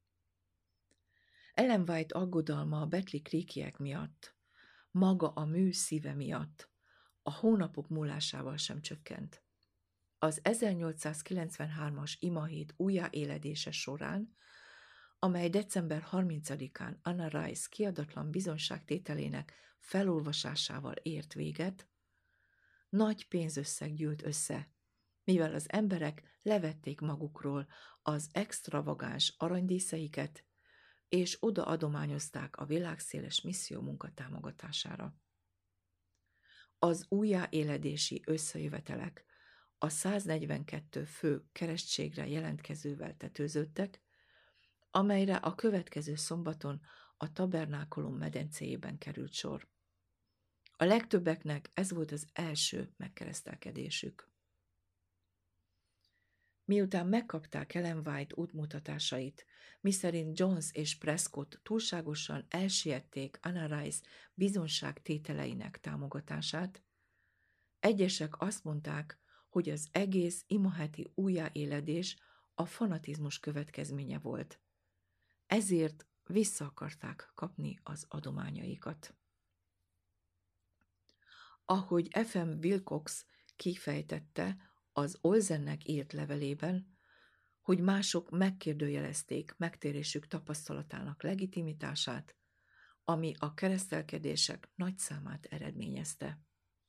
Ellen White aggodalma a betlikrékiek miatt, maga a mű szíve miatt, a hónapok múlásával sem csökkent. Az ezernyolcszázkilencvenhármas imahét újjáéledése során, amely december harmincadikán Anna Rice kiadatlan bizonyságtételének felolvasásával ért véget, nagy pénzösszeg gyűlt össze, mivel az emberek levették magukról az extravagáns aranydíszeiket, és oda adományozták a világszéles misszió munka támogatására. Az újjáéledési összejövetelek a száznegyvenkettő fő keresztségre jelentkezővel tetőződtek, amelyre a következő szombaton a Tabernákulum medencéjében került sor. A legtöbbeknek ez volt az első megkeresztelkedésük. Miután megkapták Ellen White útmutatásait, miszerint Jones és Prescott túlságosan elsiették Anna Rice bizonságtételeinek támogatását, egyesek azt mondták, hogy az egész imaheti újjáéledés a fanatizmus következménye volt. Ezért vissza akarták kapni az adományaikat. Ahogy F M Wilcox kifejtette az Olsennek írt levelében, hogy mások megkérdőjelezték megtérésük tapasztalatának legitimitását, ami a keresztelkedések nagy számát eredményezte.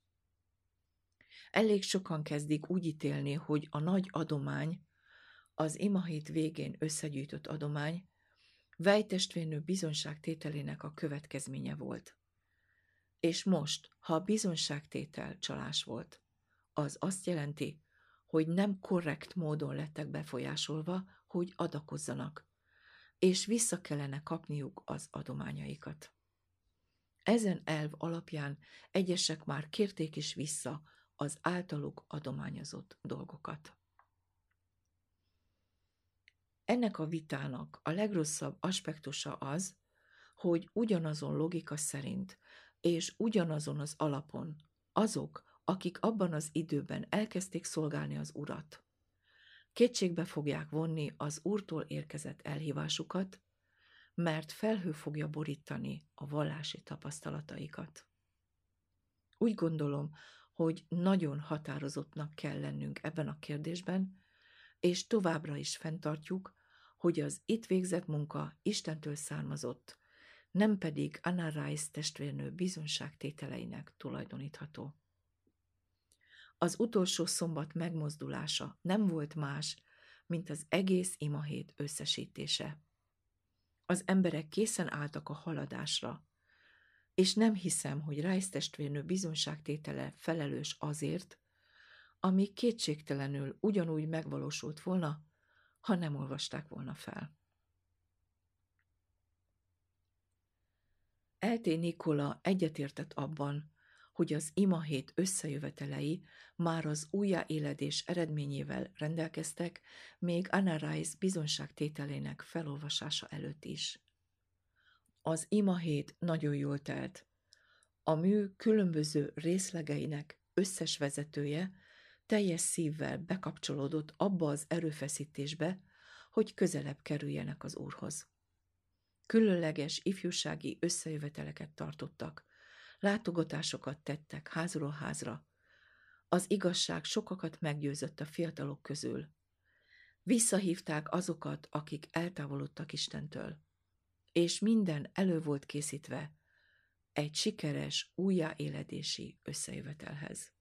Elég sokan kezdik úgy ítélni, hogy a nagy adomány, az imahét végén összegyűjtött adomány White testvérnő bizonyságtételének a következménye volt. És most, ha a bizonyságtétel csalás volt, az azt jelenti, hogy nem korrekt módon lettek befolyásolva, hogy adakozzanak, és vissza kellene kapniuk az adományaikat. Ezen elv alapján egyesek már kérték is vissza az általuk adományozott dolgokat. Ennek a vitának a legrosszabb aspektusa az, hogy ugyanazon logika szerint és ugyanazon az alapon azok, akik abban az időben elkezdték szolgálni az Urat, kétségbe fogják vonni az Úrtól érkezett elhívásukat, mert felhő fogja borítani a vallási tapasztalataikat. Úgy gondolom, hogy nagyon határozottnak kell lennünk ebben a kérdésben, és továbbra is fenntartjuk, hogy az itt végzett munka Istentől származott, nem pedig Anna Rice testvérnő bizonságtételeinek tulajdonítható. Az utolsó szombat megmozdulása nem volt más, mint az egész imahét összesítése. Az emberek készen álltak a haladásra, és nem hiszem, hogy Rice testvérnő bizonságtétele felelős azért, ami kétségtelenül ugyanúgy megvalósult volna, ha nem olvasták volna fel. Elté Nikola egyetértett abban, hogy az imahét összejövetelei már az újjáéledés eredményével rendelkeztek, még Anna Rice bizonságtételének felolvasása előtt is. Az imahét nagyon jól telt. A mű különböző részlegeinek összes vezetője teljes szívvel bekapcsolódott abba az erőfeszítésbe, hogy közelebb kerüljenek az Úrhoz. Különleges ifjúsági összejöveteleket tartottak, látogatásokat tettek házról házra. Az igazság sokakat meggyőzött a fiatalok közül. Visszahívták azokat, akik eltávolodtak Istentől, és minden elő volt készítve egy sikeres újjáéledési összejövetelhez.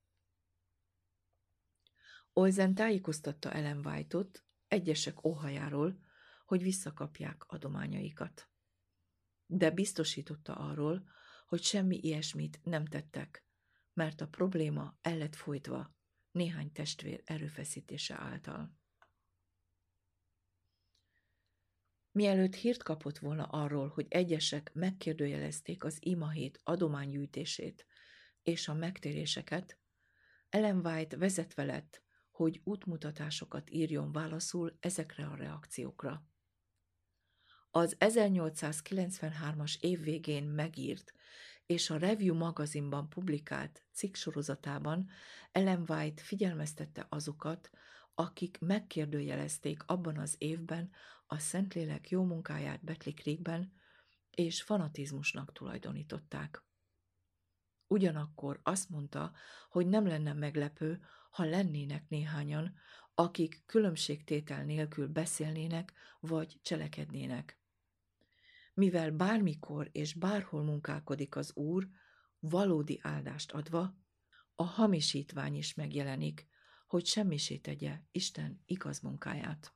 Olsen tájékoztatta Ellen White-ot egyesek óhajáról, hogy visszakapják adományaikat. De biztosította arról, hogy semmi ilyesmit nem tettek, mert a probléma el lett folytva néhány testvér erőfeszítése által. Mielőtt hírt kapott volna arról, hogy egyesek megkérdőjelezték az imahét adománygyűjtését és a megtéréseket, Ellen White vezetve lett, hogy útmutatásokat írjon válaszul ezekre a reakciókra. Az ezernyolcszázkilencvenhármas év végén megírt és a Review magazinban publikált cikksorozatában Ellen White figyelmeztette azokat, akik megkérdőjelezték abban az évben a Szentlélek jó munkáját Battle Creekben, és fanatizmusnak tulajdonították. Ugyanakkor azt mondta, hogy nem lenne meglepő, ha lennének néhányan, akik különbségtétel nélkül beszélnének vagy cselekednének. Mivel bármikor és bárhol munkálkodik az Úr, valódi áldást adva, a hamisítvány is megjelenik, hogy semmisé tegye Isten igaz munkáját.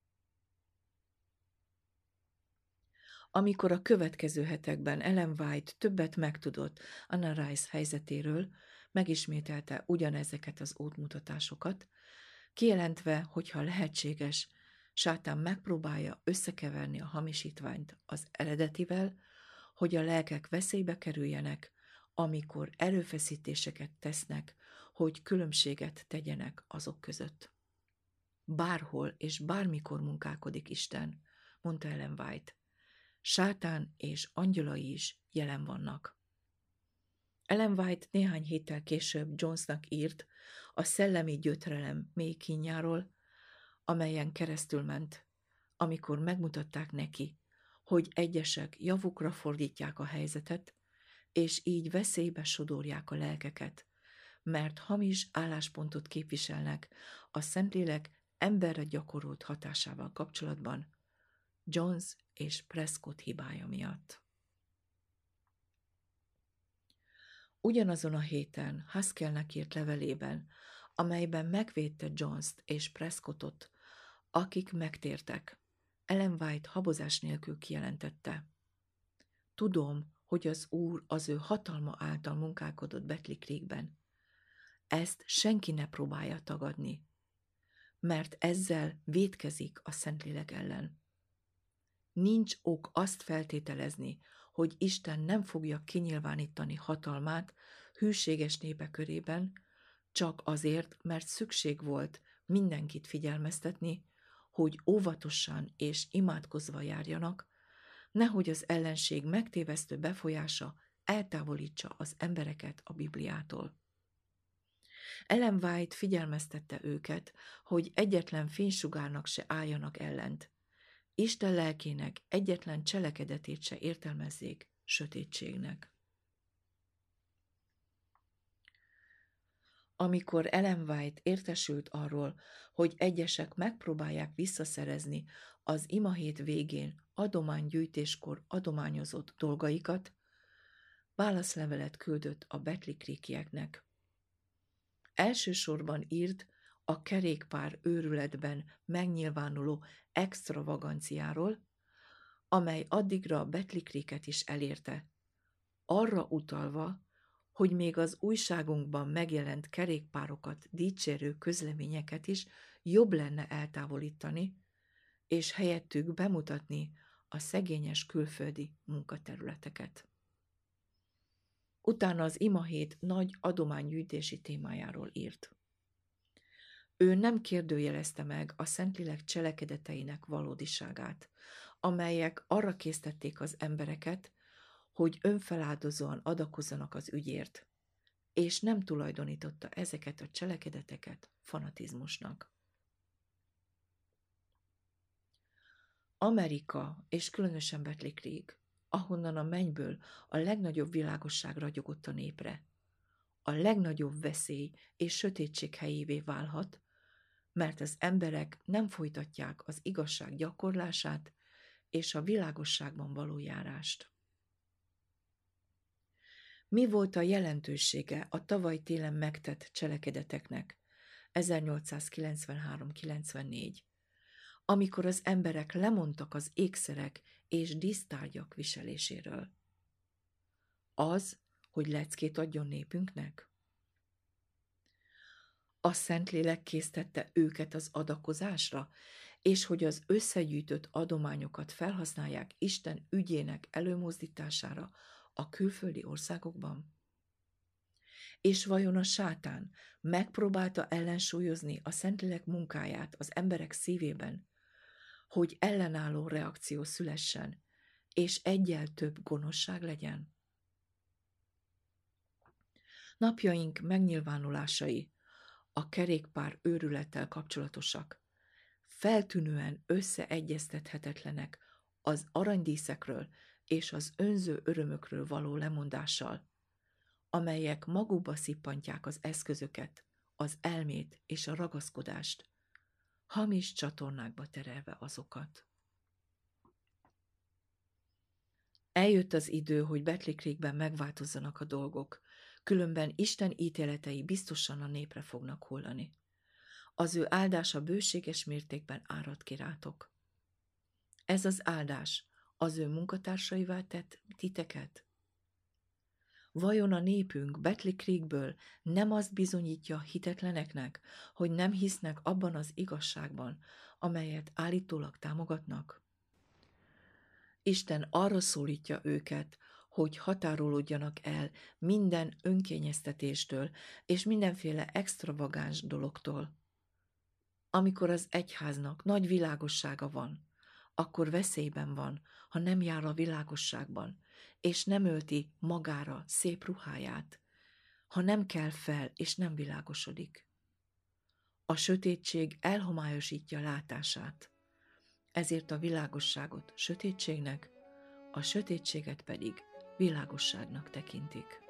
Amikor a következő hetekben Ellen White többet megtudott Anna Rice helyzetéről, megismételte ugyanezeket az útmutatásokat, kijelentve, hogyha lehetséges, sátán megpróbálja összekeverni a hamisítványt az eredetivel, hogy a lelkek veszélybe kerüljenek, amikor erőfeszítéseket tesznek, hogy különbséget tegyenek azok között. Bárhol és bármikor munkálkodik Isten, mondta Ellen White. Sátán és angyalai is jelen vannak. Ellen White néhány héttel később Jonesnak írt a szellemi gyötrelem mély kínjáról, amelyen keresztül ment, amikor megmutatták neki, hogy egyesek javukra fordítják a helyzetet, és így veszélybe sodorják a lelkeket, mert hamis álláspontot képviselnek a Szentlélek emberre gyakorolt hatásával kapcsolatban, Jones és Prescott hibája miatt. Ugyanazon a héten Haskellnek írt levelében, amelyben megvédte Jonest és Prescottot, akik megtértek, Ellen White habozás nélkül kijelentette: tudom, hogy az Úr az ő hatalma által munkálkodott Battle Creekben. Ezt senki ne próbálja tagadni, mert ezzel vétkezik a Szentlélek ellen. Nincs ok azt feltételezni, hogy Isten nem fogja kinyilvánítani hatalmát hűséges népe körében, csak azért, mert szükség volt mindenkit figyelmeztetni, hogy óvatosan és imádkozva járjanak, nehogy az ellenség megtévesztő befolyása eltávolítsa az embereket a Bibliától. Ellen White figyelmeztette őket, hogy egyetlen fénysugárnak se álljanak ellent, Isten lelkének egyetlen cselekedetét se értelmezzék sötétségnek. Amikor Ellen White értesült arról, hogy egyesek megpróbálják visszaszerezni az imahét végén adománygyűjtéskor adományozott dolgaikat, válaszlevelet küldött a Battle Creekieknek. Elsősorban írt a kerékpár őrületben megnyilvánuló extravaganciáról, amely addigra a Battle Creeket is elérte, arra utalva, hogy még az újságunkban megjelent kerékpárokat dicsérő közleményeket is jobb lenne eltávolítani, és helyettük bemutatni a szegényes külföldi munkaterületeket. Utána az imahét nagy adománygyűjtési témájáról írt. Ő nem kérdőjelezte meg a Szentlélek cselekedeteinek valódiságát, amelyek arra késztették az embereket, hogy önfeláldozóan adakozzanak az ügyért, és nem tulajdonította ezeket a cselekedeteket fanatizmusnak. Amerika, és különösen Battle Creek, ahonnan a mennyből a legnagyobb világosság ragyogott a népre, a legnagyobb veszély és sötétség helyévé válhat, mert az emberek nem folytatják az igazság gyakorlását és a világosságban való járást. Mi volt a jelentősége a tavaly télen megtett cselekedeteknek, ezernyolcszázkilencvenhárom kilencvennégy, amikor az emberek lemondtak az ékszerek és dísztárgyak viseléséről? Az, hogy leckét adjon népünknek? A Szentlélek késztette őket az adakozásra, és hogy az összegyűjtött adományokat felhasználják Isten ügyének előmozdítására a külföldi országokban? És vajon a sátán megpróbálta ellensúlyozni a Szentlélek munkáját az emberek szívében, hogy ellenálló reakció szülessen, és egyel több gonoszság legyen? Napjaink megnyilvánulásai, a kerékpár őrülettel kapcsolatosak, feltűnően összeegyeztethetetlenek az aranydíszekről és az önző örömökről való lemondással, amelyek magukba szippantják az eszközöket, az elmét és a ragaszkodást, hamis csatornákba terelve azokat. Eljött az idő, hogy Battle Creekben megváltozzanak a dolgok, különben Isten ítéletei biztosan a népre fognak hullani. Az ő áldása bőséges mértékben árad ki rátok. Ez az áldás az ő munkatársaivá tett titeket? Vajon a népünk Battle Creekből nem azt bizonyítja hitetleneknek, hogy nem hisznek abban az igazságban, amelyet állítólag támogatnak? Isten arra szólítja őket, hogy határolódjanak el minden önkényeztetéstől és mindenféle extravagáns dologtól. Amikor az egyháznak nagy világossága van, akkor veszélyben van, ha nem jár a világosságban, és nem ölti magára szép ruháját, ha nem kell fel és nem világosodik. A sötétség elhomályosítja látását, ezért a világosságot sötétségnek, a sötétséget pedig világosságnak tekintik.